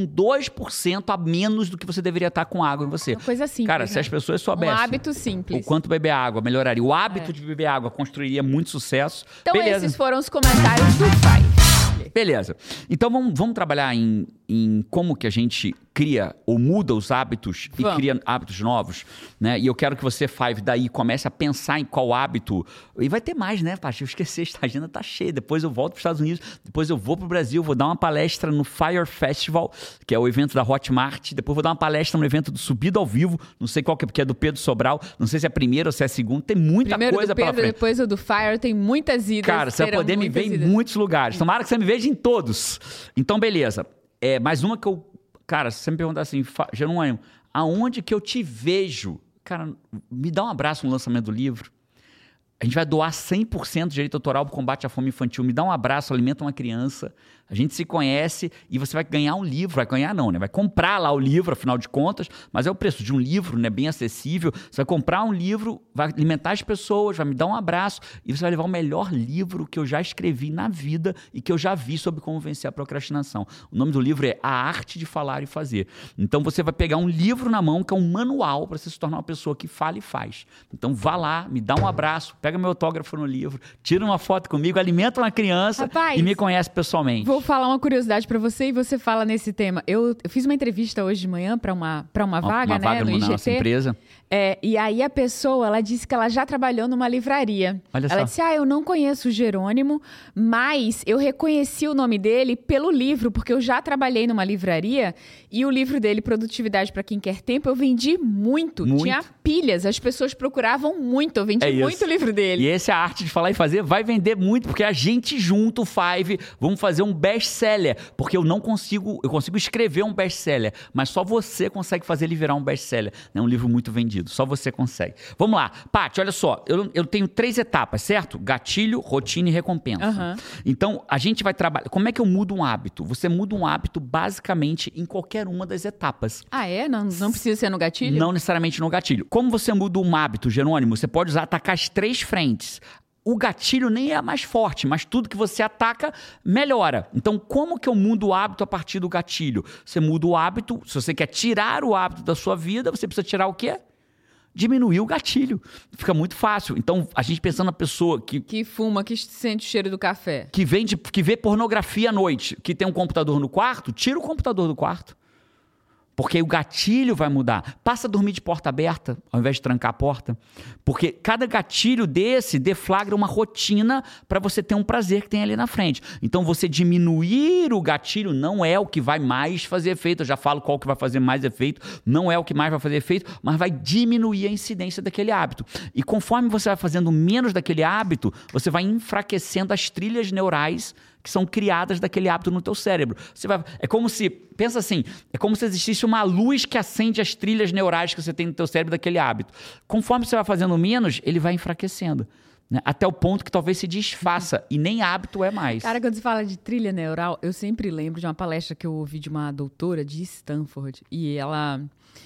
2% a menos do que você deveria estar com água em você. Uma coisa simples. Cara, se as pessoas soubessem... Um hábito simples. O quanto beber água melhoraria. O hábito de beber água construiria muito sucesso. Então Beleza. Esses foram os comentários do Five. Beleza. Então vamos trabalhar em como que a gente cria ou muda os hábitos e cria hábitos novos, né? E eu quero que você, Five, daí comece a pensar em qual hábito. E vai ter mais, né, Paty? Eu esqueci, a agenda tá cheia. Depois eu volto para os Estados Unidos, depois eu vou para o Brasil, vou dar uma palestra no Fire Festival, que é o evento da Hotmart. Depois vou dar uma palestra no evento do Subido ao Vivo, não sei qual que é, porque é do Pedro Sobral. Não sei se é a primeira ou se é a segunda. Tem muita coisa pela frente. Depois o do Fire, tem muitas idas. Cara, você vai poder me ver em muitos lugares. Tomara que você me veja em todos. Então, beleza. Mais uma que eu... Cara, se você me perguntar assim, Jerônimo, aonde que eu te vejo? Cara, me dá um abraço no lançamento do livro. A gente vai doar 100% de direito autoral para o combate à fome infantil. Me dá um abraço, alimenta uma criança. A gente se conhece e você vai ganhar um livro. Vai ganhar não, né? Vai comprar lá o livro, afinal de contas. Mas é o preço de um livro, né? Bem acessível. Você vai comprar um livro, vai alimentar as pessoas, vai me dar um abraço e você vai levar o melhor livro que eu já escrevi na vida e que eu já vi sobre como vencer a procrastinação. O nome do livro é A Arte de Falar e Fazer. Então você vai pegar um livro na mão, que é um manual para você se tornar uma pessoa que fala e faz. Então vá lá, me dá um abraço, pega meu autógrafo no livro, tira uma foto comigo, alimenta uma criança. Rapaz, e me conhece pessoalmente. Vou falar uma curiosidade pra você e você fala nesse tema. Eu fiz uma entrevista hoje de manhã pra uma vaga, né, no IGT. Na nossa empresa. E aí a pessoa, ela disse que ela já trabalhou numa livraria. Olha ela disse, eu não conheço o Jerônimo, mas eu reconheci o nome dele pelo livro, porque eu já trabalhei numa livraria e o livro dele, Produtividade para Quem Quer Tempo, eu vendi muito. Tinha pilhas, as pessoas procuravam muito, eu vendi muito o livro dele. E essa arte de falar e fazer vai vender muito, porque a gente junto, o Five, vamos fazer um best-seller, porque eu consigo escrever um best-seller, mas só você consegue fazer ele virar um best-seller. É um livro muito vendido, só você consegue. Vamos lá, Paty, olha só, eu tenho 3 etapas, certo? Gatilho, rotina e recompensa. Então, a gente vai trabalhar... Como é que eu mudo um hábito? Você muda um hábito basicamente em qualquer uma das etapas. Ah, é? Não precisa ser no gatilho? Não necessariamente no gatilho. Como você muda um hábito, Jerônimo? Você pode atacar as 3 frentes. O gatilho nem é a mais forte, mas tudo que você ataca melhora. Então, como que eu mudo o hábito a partir do gatilho? Você muda o hábito, se você quer tirar o hábito da sua vida, você precisa tirar o quê? Diminuir o gatilho. Fica muito fácil. Então, a gente pensando na pessoa que fuma, que sente o cheiro do café. Que vê pornografia à noite, que tem um computador no quarto, tira o computador do quarto. Porque o gatilho vai mudar. Passa a dormir de porta aberta, ao invés de trancar a porta. Porque cada gatilho desse deflagra uma rotina para você ter um prazer que tem ali na frente. Então, você diminuir o gatilho não é o que vai mais fazer efeito. Eu já falo qual que vai fazer mais efeito. Não é o que mais vai fazer efeito, mas vai diminuir a incidência daquele hábito. E conforme você vai fazendo menos daquele hábito, você vai enfraquecendo as trilhas neurais que são criadas daquele hábito no teu cérebro. É como se, pensa assim, é como se existisse uma luz que acende as trilhas neurais que você tem no teu cérebro daquele hábito. Conforme você vai fazendo menos, ele vai enfraquecendo. Né? Até o ponto que talvez se desfaça e nem hábito é mais. Cara, quando você fala de trilha neural, eu sempre lembro de uma palestra que eu ouvi de uma doutora de Stanford e ela...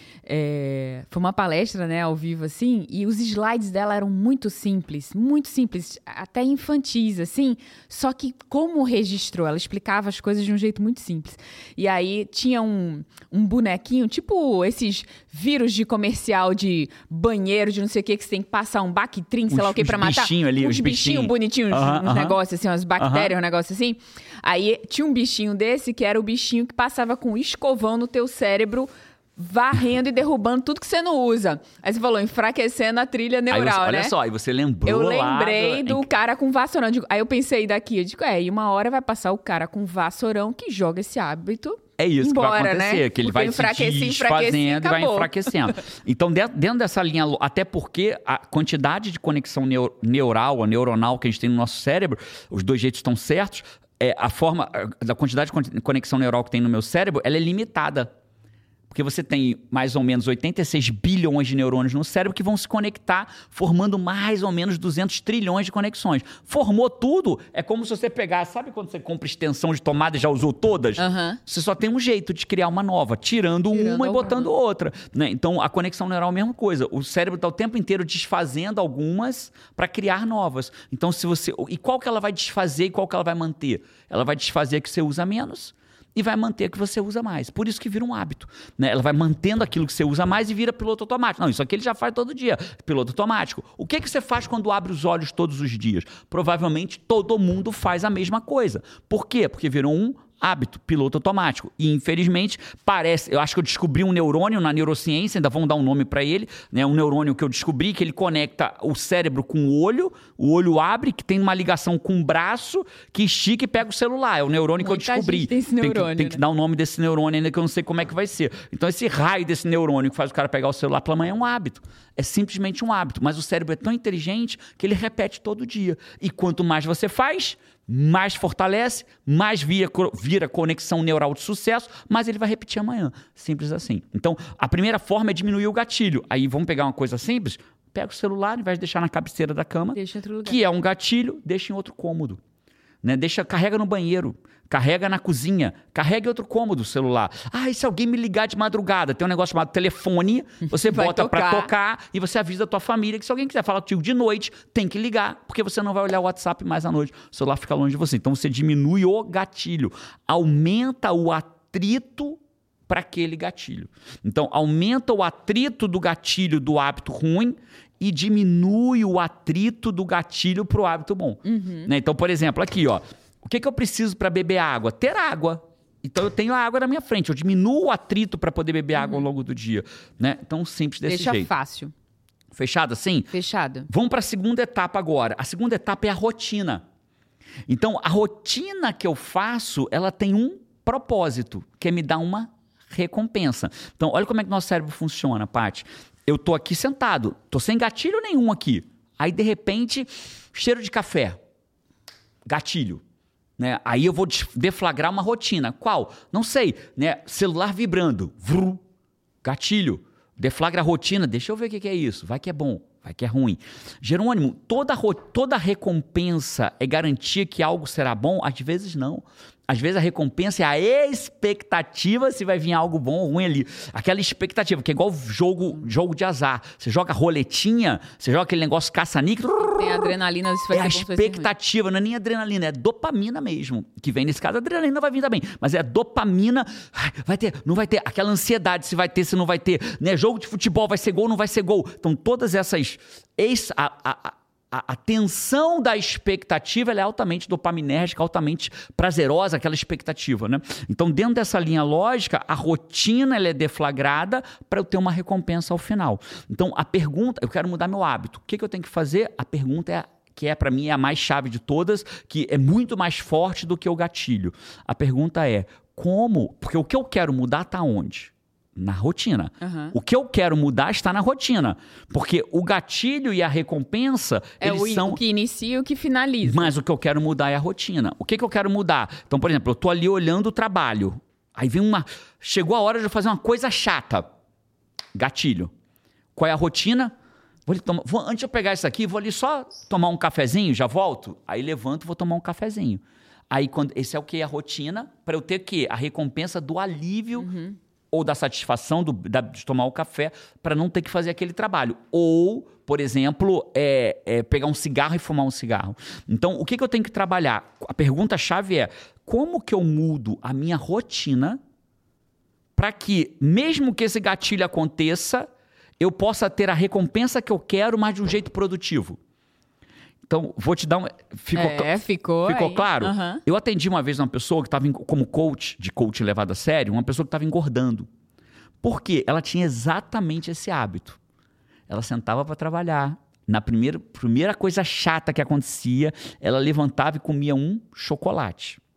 foi uma palestra, né, ao vivo, assim, e os slides dela eram muito simples, até infantis, assim, só que como registrou, ela explicava as coisas de um jeito muito simples. E aí tinha um bonequinho, tipo esses vírus de comercial de banheiro, de não sei o que você tem que passar um Bactrim, sei lá o que, pra matar. Uns bichinhos bonitinhos, uns negócios assim, umas bactérias, um negócio assim. Aí tinha um bichinho desse, que era o bichinho que passava com escovão no teu cérebro, varrendo e derrubando tudo que você não usa. Aí você falou, enfraquecendo a trilha neural, olha só, e você lembrou Eu lembrei do cara com vassourão. Aí eu pensei daqui, e uma hora vai passar o cara com vassourão que joga esse hábito é isso embora, que vai acontecer, né? que ele vai se desfazendo e vai enfraquecendo. Então, dentro dessa linha, até porque a quantidade de conexão neuronal que a gente tem no nosso cérebro, os dois jeitos estão certos, a quantidade de conexão neural que tem no meu cérebro, ela é limitada. Porque você tem mais ou menos 86 bilhões de neurônios no cérebro que vão se conectar, formando mais ou menos 200 trilhões de conexões. Formou tudo, é como se você pegasse... Sabe quando você compra extensão de tomada e já usou todas? Você só tem um jeito de criar uma nova, tirando uma e botando outra. Né? Então, a conexão neural é a mesma coisa. O cérebro está o tempo inteiro desfazendo algumas para criar novas. Então, e qual que ela vai desfazer e qual que ela vai manter? Ela vai desfazer a que você usa menos e vai manter a que você usa mais. Por isso que vira um hábito. Né? Ela vai mantendo aquilo que você usa mais e vira piloto automático. Não, isso aqui ele já faz todo dia. Piloto automático. O que você faz quando abre os olhos todos os dias? Provavelmente todo mundo faz a mesma coisa. Por quê? Porque virou um hábito, piloto automático. E, infelizmente, eu acho que eu descobri um neurônio na neurociência, ainda vão dar um nome para ele, né? Um neurônio que eu descobri, que ele conecta o cérebro com o olho abre, que tem uma ligação com o braço, que estica e pega o celular. É o neurônio que eu descobri. Tem que dar o nome desse neurônio ainda, que eu não sei como é que vai ser. Então, esse raio desse neurônio que faz o cara pegar o celular pela manhã é um hábito. É simplesmente um hábito. Mas o cérebro é tão inteligente que ele repete todo dia. E quanto mais você faz, mais fortalece, mais vira conexão neural de sucesso, mas ele vai repetir amanhã. Simples assim. Então, a primeira forma é diminuir o gatilho. Aí, vamos pegar uma coisa simples? Pega o celular, ao invés de deixar na cabeceira da cama, que é um gatilho, deixa em outro cômodo. Né? Carrega no banheiro, carrega na cozinha, carrega em outro cômodo o celular. E se alguém me ligar de madrugada, tem um negócio chamado telefone, você bota para tocar e você avisa a tua família que se alguém quiser falar contigo de noite, tem que ligar, porque você não vai olhar o WhatsApp mais à noite, o celular fica longe de você. Então você diminui o gatilho, aumenta o atrito para aquele gatilho. Então aumenta o atrito do gatilho do hábito ruim e diminui o atrito do gatilho para o hábito bom. Né? Então, por exemplo, aqui, ó. O que eu preciso para beber água? Ter água. Então, eu tenho a água na minha frente. Eu diminuo o atrito para poder beber água ao longo do dia. Né? Então, simples desse jeito. Deixa fácil. Fechado assim? Fechado. Vamos para a segunda etapa agora. A segunda etapa é a rotina. Então, a rotina que eu faço, ela tem um propósito, que é me dar uma recompensa. Então, olha como é que nosso cérebro funciona, Paty. Eu tô aqui sentado, tô sem gatilho nenhum aqui. Aí, de repente, cheiro de café. Gatilho. Né? Aí eu vou deflagrar uma rotina. Qual? Não sei. Né? Celular vibrando. Vrum. Gatilho. Deflagra a rotina. Deixa eu ver o que é isso. Vai que é bom. Vai que é ruim. Jerônimo, toda recompensa é garantia que algo será bom? Às vezes não. Às vezes a recompensa é a expectativa se vai vir algo bom ou ruim ali. Aquela expectativa, que é igual jogo de azar. Você joga roletinha, você joga aquele negócio caça-níquel. Tem adrenalina, isso vai ser bom. É a expectativa, não é nem adrenalina, é dopamina mesmo. Que vem nesse caso, a adrenalina vai vir também. Mas é a dopamina, vai ter, não vai ter. Aquela ansiedade, se vai ter, se não vai ter. Né? Jogo de futebol, vai ser gol, não vai ser gol. Então todas essas... A tensão da expectativa ela é altamente dopaminérgica, altamente prazerosa, aquela expectativa, né? Então, dentro dessa linha lógica, a rotina ela é deflagrada para eu ter uma recompensa ao final. Então, a pergunta, eu quero mudar meu hábito. O que eu tenho que fazer? A pergunta que para mim é a mais chave de todas, que é muito mais forte do que o gatilho. A pergunta é, como? Porque o que eu quero mudar está onde? Na rotina. O que eu quero mudar está na rotina. Porque o gatilho e a recompensa, eles são... o que inicia e o que finaliza. Mas o que eu quero mudar é a rotina. O que eu quero mudar? Então, por exemplo, eu estou ali olhando o trabalho. Aí vem chegou a hora de eu fazer uma coisa chata. Gatilho. Qual é a rotina? Antes de eu pegar isso aqui, vou ali só tomar um cafezinho, já volto. Aí levanto e vou tomar um cafezinho. Aí, esse é o que? A rotina, para eu ter o quê? A recompensa do alívio... ou da satisfação de tomar o café para não ter que fazer aquele trabalho. Ou, por exemplo, pegar um cigarro e fumar um cigarro. Então, o que eu tenho que trabalhar? A pergunta-chave é, como que eu mudo a minha rotina para que, mesmo que esse gatilho aconteça, eu possa ter a recompensa que eu quero, mas de um jeito produtivo? Então, vou te dar Ficou claro? Eu atendi uma vez uma pessoa que estava como coach, de coach levado a sério, uma pessoa que estava engordando. Por quê? Ela tinha exatamente esse hábito. Ela sentava para trabalhar. Na primeira coisa chata que acontecia, ela levantava e comia um chocolate.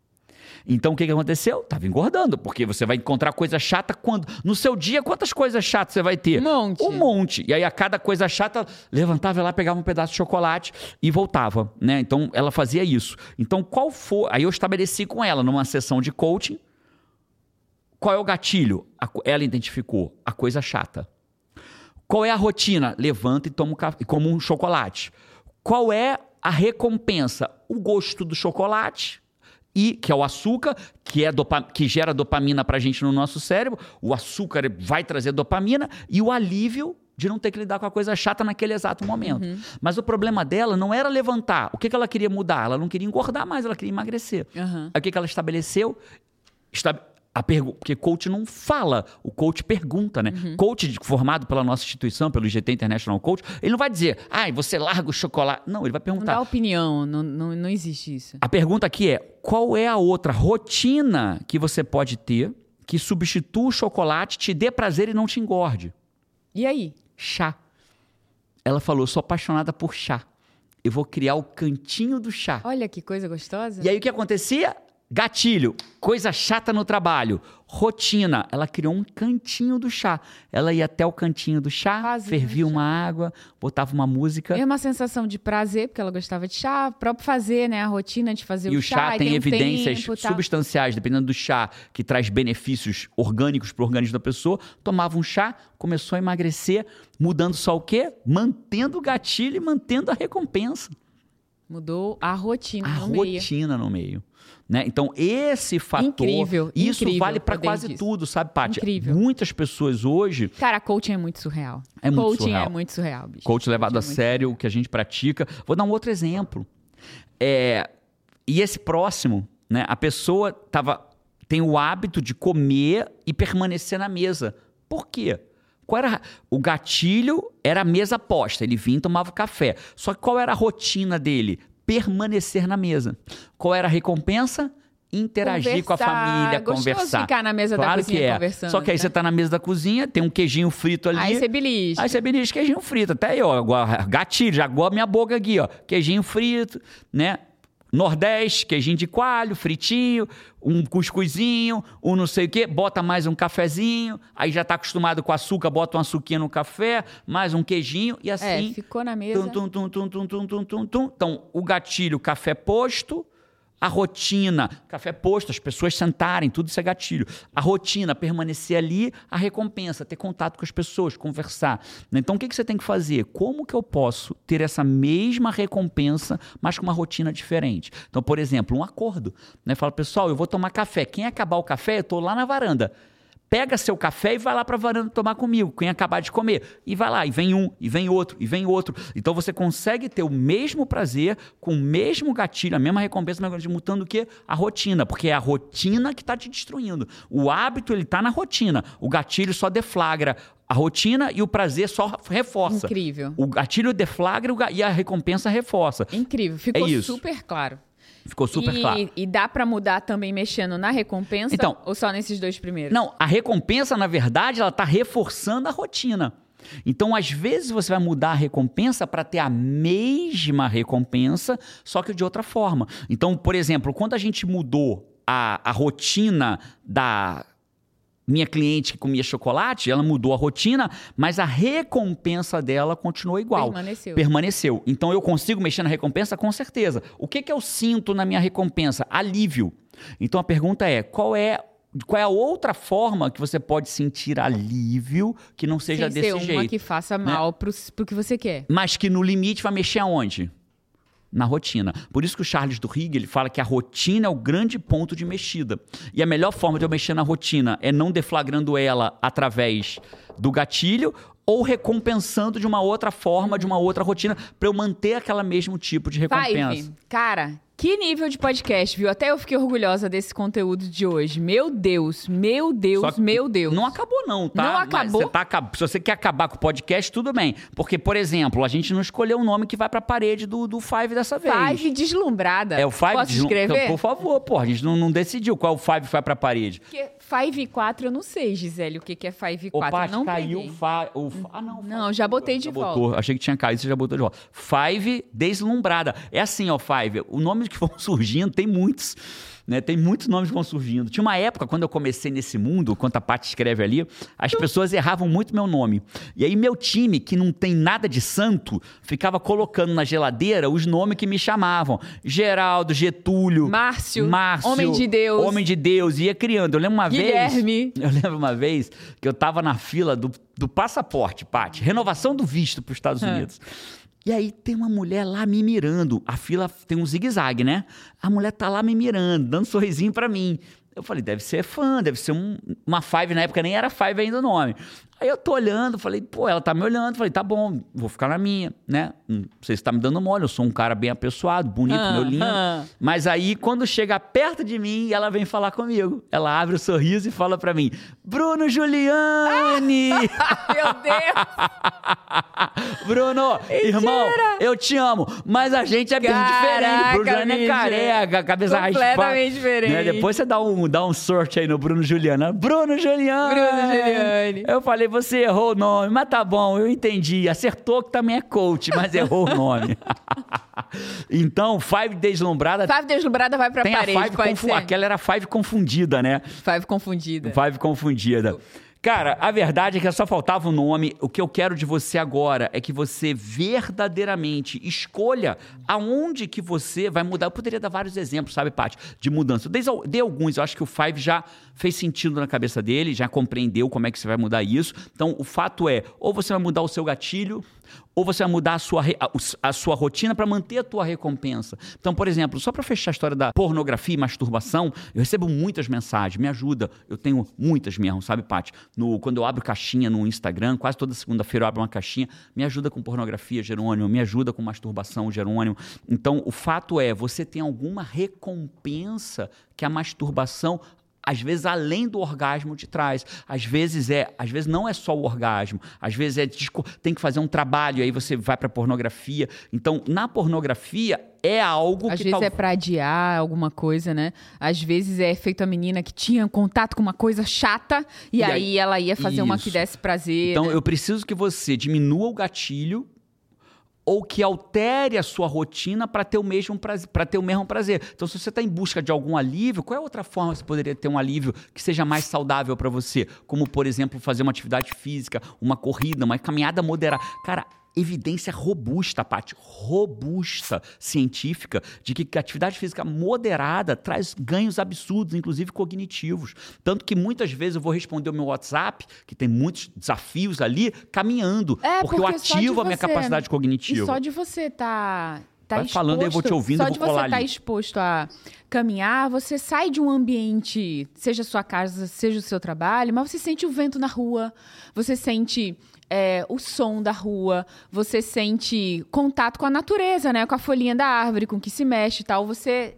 Então, o que aconteceu? Tava engordando, porque você vai encontrar coisa chata quando... No seu dia, quantas coisas chatas você vai ter? Um monte. E aí, a cada coisa chata, levantava lá, pegava um pedaço de chocolate e voltava, né? Então, ela fazia isso. Então, qual foi... Aí eu estabeleci com ela, numa sessão de coaching, qual é o gatilho? Ela identificou a coisa chata. Qual é a rotina? Levanta e toma e come um chocolate. Qual é a recompensa? O gosto do chocolate, que é o açúcar, que gera dopamina pra gente no nosso cérebro. O açúcar vai trazer dopamina e o alívio de não ter que lidar com a coisa chata naquele exato momento. Mas o problema dela não era levantar. O que ela queria mudar? Ela não queria engordar mais, ela queria emagrecer. Aí o que ela estabeleceu? Porque coach não fala, o coach pergunta, né? Coach formado pela nossa instituição, pelo IGT International Coach, ele não vai dizer, você larga o chocolate. Não, ele vai perguntar. Não dá opinião, não existe isso. A pergunta aqui é, qual é a outra rotina que você pode ter que substitua o chocolate, te dê prazer e não te engorde? E aí? Chá. Ela falou, sou apaixonada por chá. Eu vou criar o cantinho do chá. Olha que coisa gostosa. E aí o que acontecia? Gatilho, coisa chata no trabalho, rotina. Ela criou um cantinho do chá. Ela ia até o cantinho do chá, fervia uma água, botava uma música. É uma sensação de prazer, porque ela gostava de chá, próprio fazer, né? A rotina de fazer o chá. E o chá tem evidências substanciais, dependendo do chá, que traz benefícios orgânicos para o organismo da pessoa. Tomava um chá, começou a emagrecer, mudando só o quê? Mantendo o gatilho e mantendo a recompensa. Mudou a rotina no meio. Né? Então, esse fator, isso vale para quase tudo, sabe, Paty? Incrível. Muitas pessoas hoje... Cara, coaching é muito surreal. Coaching é muito surreal, bicho. Coaching levado a sério, o que a gente pratica. Vou dar um outro exemplo. E esse próximo, né? A pessoa tem o hábito de comer e permanecer na mesa. Por quê? O gatilho era a mesa posta. Ele vinha e tomava café. Só que qual era a rotina dele? Permanecer na mesa. Qual era a recompensa? Interagir com a família, conversar. Ficar na mesa da cozinha conversando. Só que aí você tá na mesa da cozinha, tem um queijinho frito ali. Aí você belisca. Queijinho frito. Até aí, ó, gatilho, já agora minha boca aqui, ó. Queijinho frito, né? Nordeste, queijinho de coalho, fritinho, um cuscuzinho, um não sei o quê, bota mais um cafezinho, aí já tá acostumado com açúcar, bota um açuquinha no café, mais um queijinho e assim... ficou na mesa. Então, o gatilho, café posto, a rotina, café posto, as pessoas sentarem, tudo isso é gatilho. A rotina, permanecer ali, a recompensa, ter contato com as pessoas, conversar. Então, o que você tem que fazer? Como que eu posso ter essa mesma recompensa, mas com uma rotina diferente? Então, por exemplo, um acordo. Né? Fala, pessoal, eu vou tomar café. Quem acabar o café, eu estou lá na varanda. Pega seu café e vai lá para a varanda tomar comigo, quem acabar de comer. E vai lá, e vem um, e vem outro, e vem outro. Então você consegue ter o mesmo prazer, com o mesmo gatilho, a mesma recompensa, mutando o quê? A rotina, porque é a rotina que está te destruindo. O hábito, ele está na rotina. O gatilho só deflagra a rotina e o prazer só reforça. Incrível. O gatilho deflagra e a recompensa reforça. Incrível, ficou super claro. Ficou super claro. E dá pra mudar também mexendo na recompensa? Ou só nesses dois primeiros? Não, a recompensa, na verdade, ela tá reforçando a rotina. Então, às vezes, você vai mudar a recompensa para ter a mesma recompensa, só que de outra forma. Então, por exemplo, quando a gente mudou a rotina da minha cliente que comia chocolate, ela mudou a rotina, mas a recompensa dela continuou igual. Permaneceu. Então, eu consigo mexer na recompensa? Com certeza. O que eu sinto na minha recompensa? Alívio. Então, a pergunta é, qual é a outra forma que você pode sentir alívio que não seja desse jeito? Sem ser uma que faça mal pro que você quer. Mas que no limite vai mexer aonde? Na rotina. Por isso que o Charles Duhigg, ele fala que a rotina é o grande ponto de mexida. E a melhor forma de eu mexer na rotina é não deflagrando ela através do gatilho ou recompensando de uma outra forma, de uma outra rotina, para eu manter aquele mesmo tipo de recompensa. Cara, que nível de podcast, viu? Até eu fiquei orgulhosa desse conteúdo de hoje. Meu Deus, meu Deus, meu Deus. Não acabou não, tá? Não acabou? Se você quer acabar com o podcast, tudo bem. Porque, por exemplo, a gente não escolheu o nome que vai pra parede do Five dessa vez. Five Deslumbrada. É o Five Posso escrever? Por favor, pô. A gente não decidiu qual o Five vai pra parede. Porque Five e 4 eu não sei, Gisele, o que é Five e 4. Opa, não caiu não, já botei de volta. Achei que tinha caído, você já botou de volta. Five Deslumbrada. É assim, ó, Five. O nome que vão surgindo, tem muitos. Né? Tem muitos nomes que vão surgindo. Tinha uma época, quando eu comecei nesse mundo, quando a Paty escreve ali, as pessoas erravam muito meu nome. E aí meu time, que não tem nada de santo, ficava colocando na geladeira os nomes que me chamavam. Geraldo, Getúlio, Márcio, Homem de Deus. Ia criando. Eu lembro uma vez que eu tava na fila do passaporte, Paty. Renovação do visto para os Estados Unidos. E aí tem uma mulher lá me mirando. A fila tem um zigue-zague, né? A mulher tá lá me mirando, dando um sorrisinho pra mim. Eu falei, deve ser fã, deve ser uma Five, na época nem era Five ainda o nome. Aí eu tô olhando, falei, pô, ela tá me olhando. Falei, tá bom, vou ficar na minha, né? Não sei se tá me dando mole, eu sou um cara bem apessoado, bonito, meu lindo. Mas aí, quando chega perto de mim, ela vem falar comigo. Ela abre o sorriso e fala pra mim, Bruno Giuliani! Meu Deus! Bruno, irmão, eu te amo, mas a gente é bem diferente. Bruno Giuliani é careca, cabeça raspada. Completamente diferente. Né? Depois você dá um search aí no Bruno Giuliani. Bruno Giuliani! Eu falei, você errou o nome, mas tá bom, eu entendi. Acertou que também é coach, mas errou o nome. Então, Five Deslumbrada... Five Deslumbrada vai pra parede, a Five aquela era Five confundida, né? Five confundida. Cara, a verdade é que só faltava o nome. O que eu quero de você agora é que você verdadeiramente escolha aonde que você vai mudar. Eu poderia dar vários exemplos, sabe, Paty, de mudança. Eu dei alguns, eu acho que o Five já fez sentido na cabeça dele, já compreendeu como é que você vai mudar isso. Então, o fato é, ou você vai mudar o seu gatilho, ou você vai mudar a sua rotina para manter a tua recompensa. Então, por exemplo, só para fechar a história da pornografia e masturbação, eu recebo muitas mensagens, me ajuda. Eu tenho muitas mesmo, sabe, Paty? Quando eu abro caixinha no Instagram, quase toda segunda-feira eu abro uma caixinha, me ajuda com pornografia, Jerônimo, me ajuda com masturbação, Jerônimo. Então, o fato é, você tem alguma recompensa que a masturbação, às vezes, além do orgasmo, te traz. Às vezes não é só o orgasmo. Às vezes tem que fazer um trabalho, aí você vai pra pornografia. Então, na pornografia, é algo às vezes é pra adiar alguma coisa, né? Às vezes é feito a menina que tinha contato com uma coisa chata e aí ela ia fazer uma que desse prazer. Então, né? Eu preciso que você diminua o gatilho ou que altere a sua rotina para ter o mesmo prazer. Então, se você está em busca de algum alívio, qual é a outra forma que você poderia ter um alívio que seja mais saudável para você? Como, por exemplo, fazer uma atividade física, uma corrida, uma caminhada moderada. Cara, evidência robusta, Paty, robusta, científica, de que a atividade física moderada traz ganhos absurdos, inclusive cognitivos. Tanto que muitas vezes eu vou responder o meu WhatsApp, que tem muitos desafios ali, caminhando, porque eu ativo a minha capacidade cognitiva. E só de você tá vai falando aí, eu vou te ouvindo, eu vou colar ali. Só de você estar exposto a caminhar, você sai de um ambiente, seja a sua casa, seja o seu trabalho, mas você sente o vento na rua, você sente o som da rua, você sente contato com a natureza, né? Com a folhinha da árvore, com o que se mexe e tal.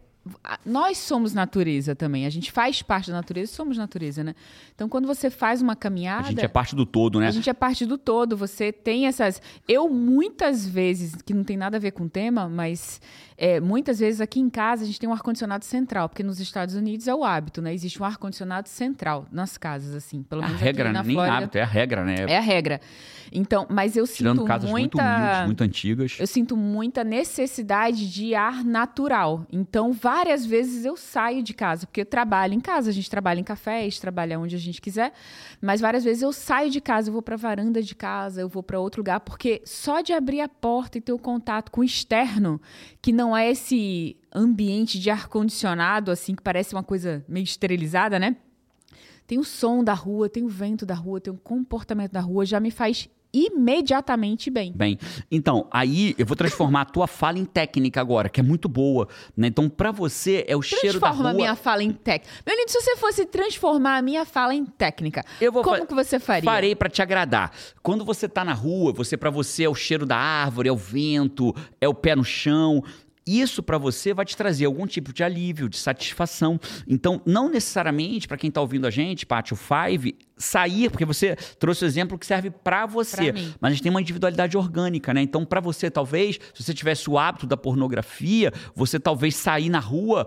Nós somos natureza também. A gente faz parte da natureza e somos natureza, né? Então, quando você faz uma caminhada... A gente é parte do todo, né? A gente é parte do todo. Você tem essas... Eu, muitas vezes, que não tem nada a ver com o tema, mas muitas vezes aqui em casa a gente tem um ar-condicionado central, porque nos Estados Unidos é o hábito, né? Existe um ar-condicionado central nas casas, assim. Pelo menos a regra, aqui na nem Flórida, hábito, é a regra, né? É a regra. Então, mas eu sinto tirando casas muito humildes, muito antigas. Eu sinto muita necessidade de ar natural. Então, várias vezes eu saio de casa, porque eu trabalho em casa, a gente trabalha em cafés, trabalha onde a gente quiser, mas várias vezes eu saio de casa, eu vou para a varanda de casa, eu vou para outro lugar, porque só de abrir a porta e ter o contato com o externo, que não é esse ambiente de ar-condicionado, assim, que parece uma coisa meio esterilizada, né? Tem o som da rua, tem o vento da rua, tem o comportamento da rua, já me faz imediatamente bem. Bem, então, aí eu vou transformar a tua fala em técnica agora, que é muito boa, né? Então, pra você, é o cheiro da rua... Transforma a minha fala em técnica. Meu lindo, se você fosse transformar a minha fala em técnica, como que você faria? Farei pra te agradar. Quando você tá na rua, pra você é o cheiro da árvore, é o vento, é o pé no chão... Isso para você vai te trazer algum tipo de alívio, de satisfação. Então, não necessariamente, para quem está ouvindo a gente, Paty, o Five, sair, porque você trouxe o exemplo que serve para você. Mas a gente tem uma individualidade orgânica, né? Então, para você, talvez, se você tivesse o hábito da pornografia, você talvez sair na rua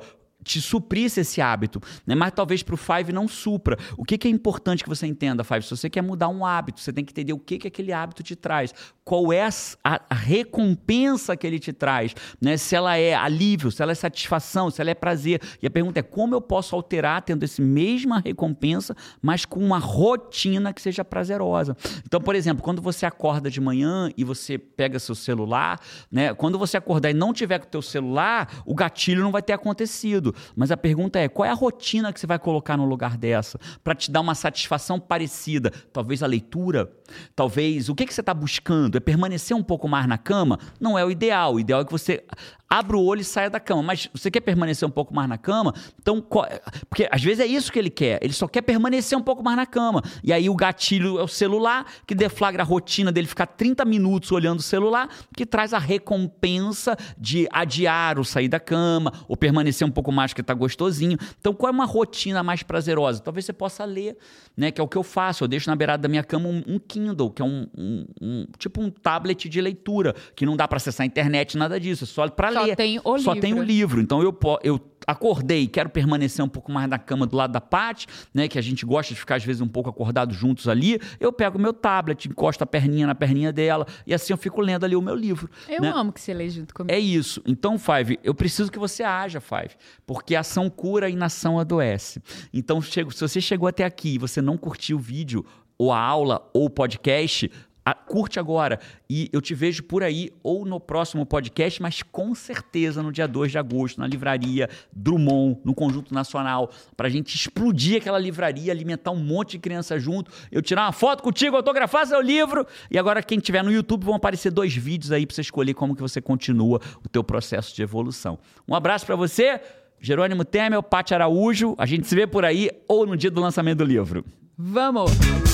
te suprisse esse hábito, né? Mas talvez para o 5 não supra. O que é importante que você entenda, 5? Se você quer mudar um hábito, você tem que entender o que aquele hábito te traz, qual é a recompensa que ele te traz, né? Se ela é alívio, se ela é satisfação, se ela é prazer. E a pergunta é como eu posso alterar tendo essa mesma recompensa, mas com uma rotina que seja prazerosa. Então, por exemplo, quando você acorda de manhã e você pega seu celular, né? Quando você acordar e não tiver com o teu celular, o gatilho não vai ter acontecido. Mas a pergunta é, qual é a rotina que você vai colocar no lugar dessa para te dar uma satisfação parecida? Talvez a leitura? Talvez, o que você está buscando? É permanecer um pouco mais na cama? Não é o ideal. O ideal é que você abra o olho e saia da cama. Mas você quer permanecer um pouco mais na cama? Então, porque às vezes é isso que ele quer. Ele só quer permanecer um pouco mais na cama. E aí o gatilho é o celular, que deflagra a rotina dele ficar 30 minutos olhando o celular, que traz a recompensa de adiar o sair da cama, ou permanecer um pouco mais que está gostosinho. Então, qual é uma rotina mais prazerosa? Talvez você possa ler, né? Que é o que eu faço. Eu deixo na beirada da minha cama um Kindle, que é tipo um tablet de leitura, que não dá para acessar a internet, nada disso, é só para ler. Só tem o livro. Então eu acordei, quero permanecer um pouco mais na cama do lado da Paty, né, que a gente gosta de ficar às vezes um pouco acordado juntos ali, eu pego o meu tablet, encosto a perninha na perninha dela e assim eu fico lendo ali o meu livro. Eu amo que você lê junto comigo. É isso. Então, 5, eu preciso que você haja, 5, porque a ação cura e a inação adoece. Então, se você chegou até aqui e você não curtiu o vídeo, ou a aula, ou o podcast, curte agora e eu te vejo por aí ou no próximo podcast, mas com certeza no dia 2 de agosto, na livraria Drummond, no Conjunto Nacional, pra gente explodir aquela livraria, alimentar um monte de criança junto, eu tirar uma foto contigo, autografar seu livro, e agora quem tiver no YouTube vão aparecer 2 vídeos aí pra você escolher como que você continua o teu processo de evolução. Um abraço pra você, Jerônimo Temel, Paty Araújo, a gente se vê por aí ou no dia do lançamento do livro. Vamos!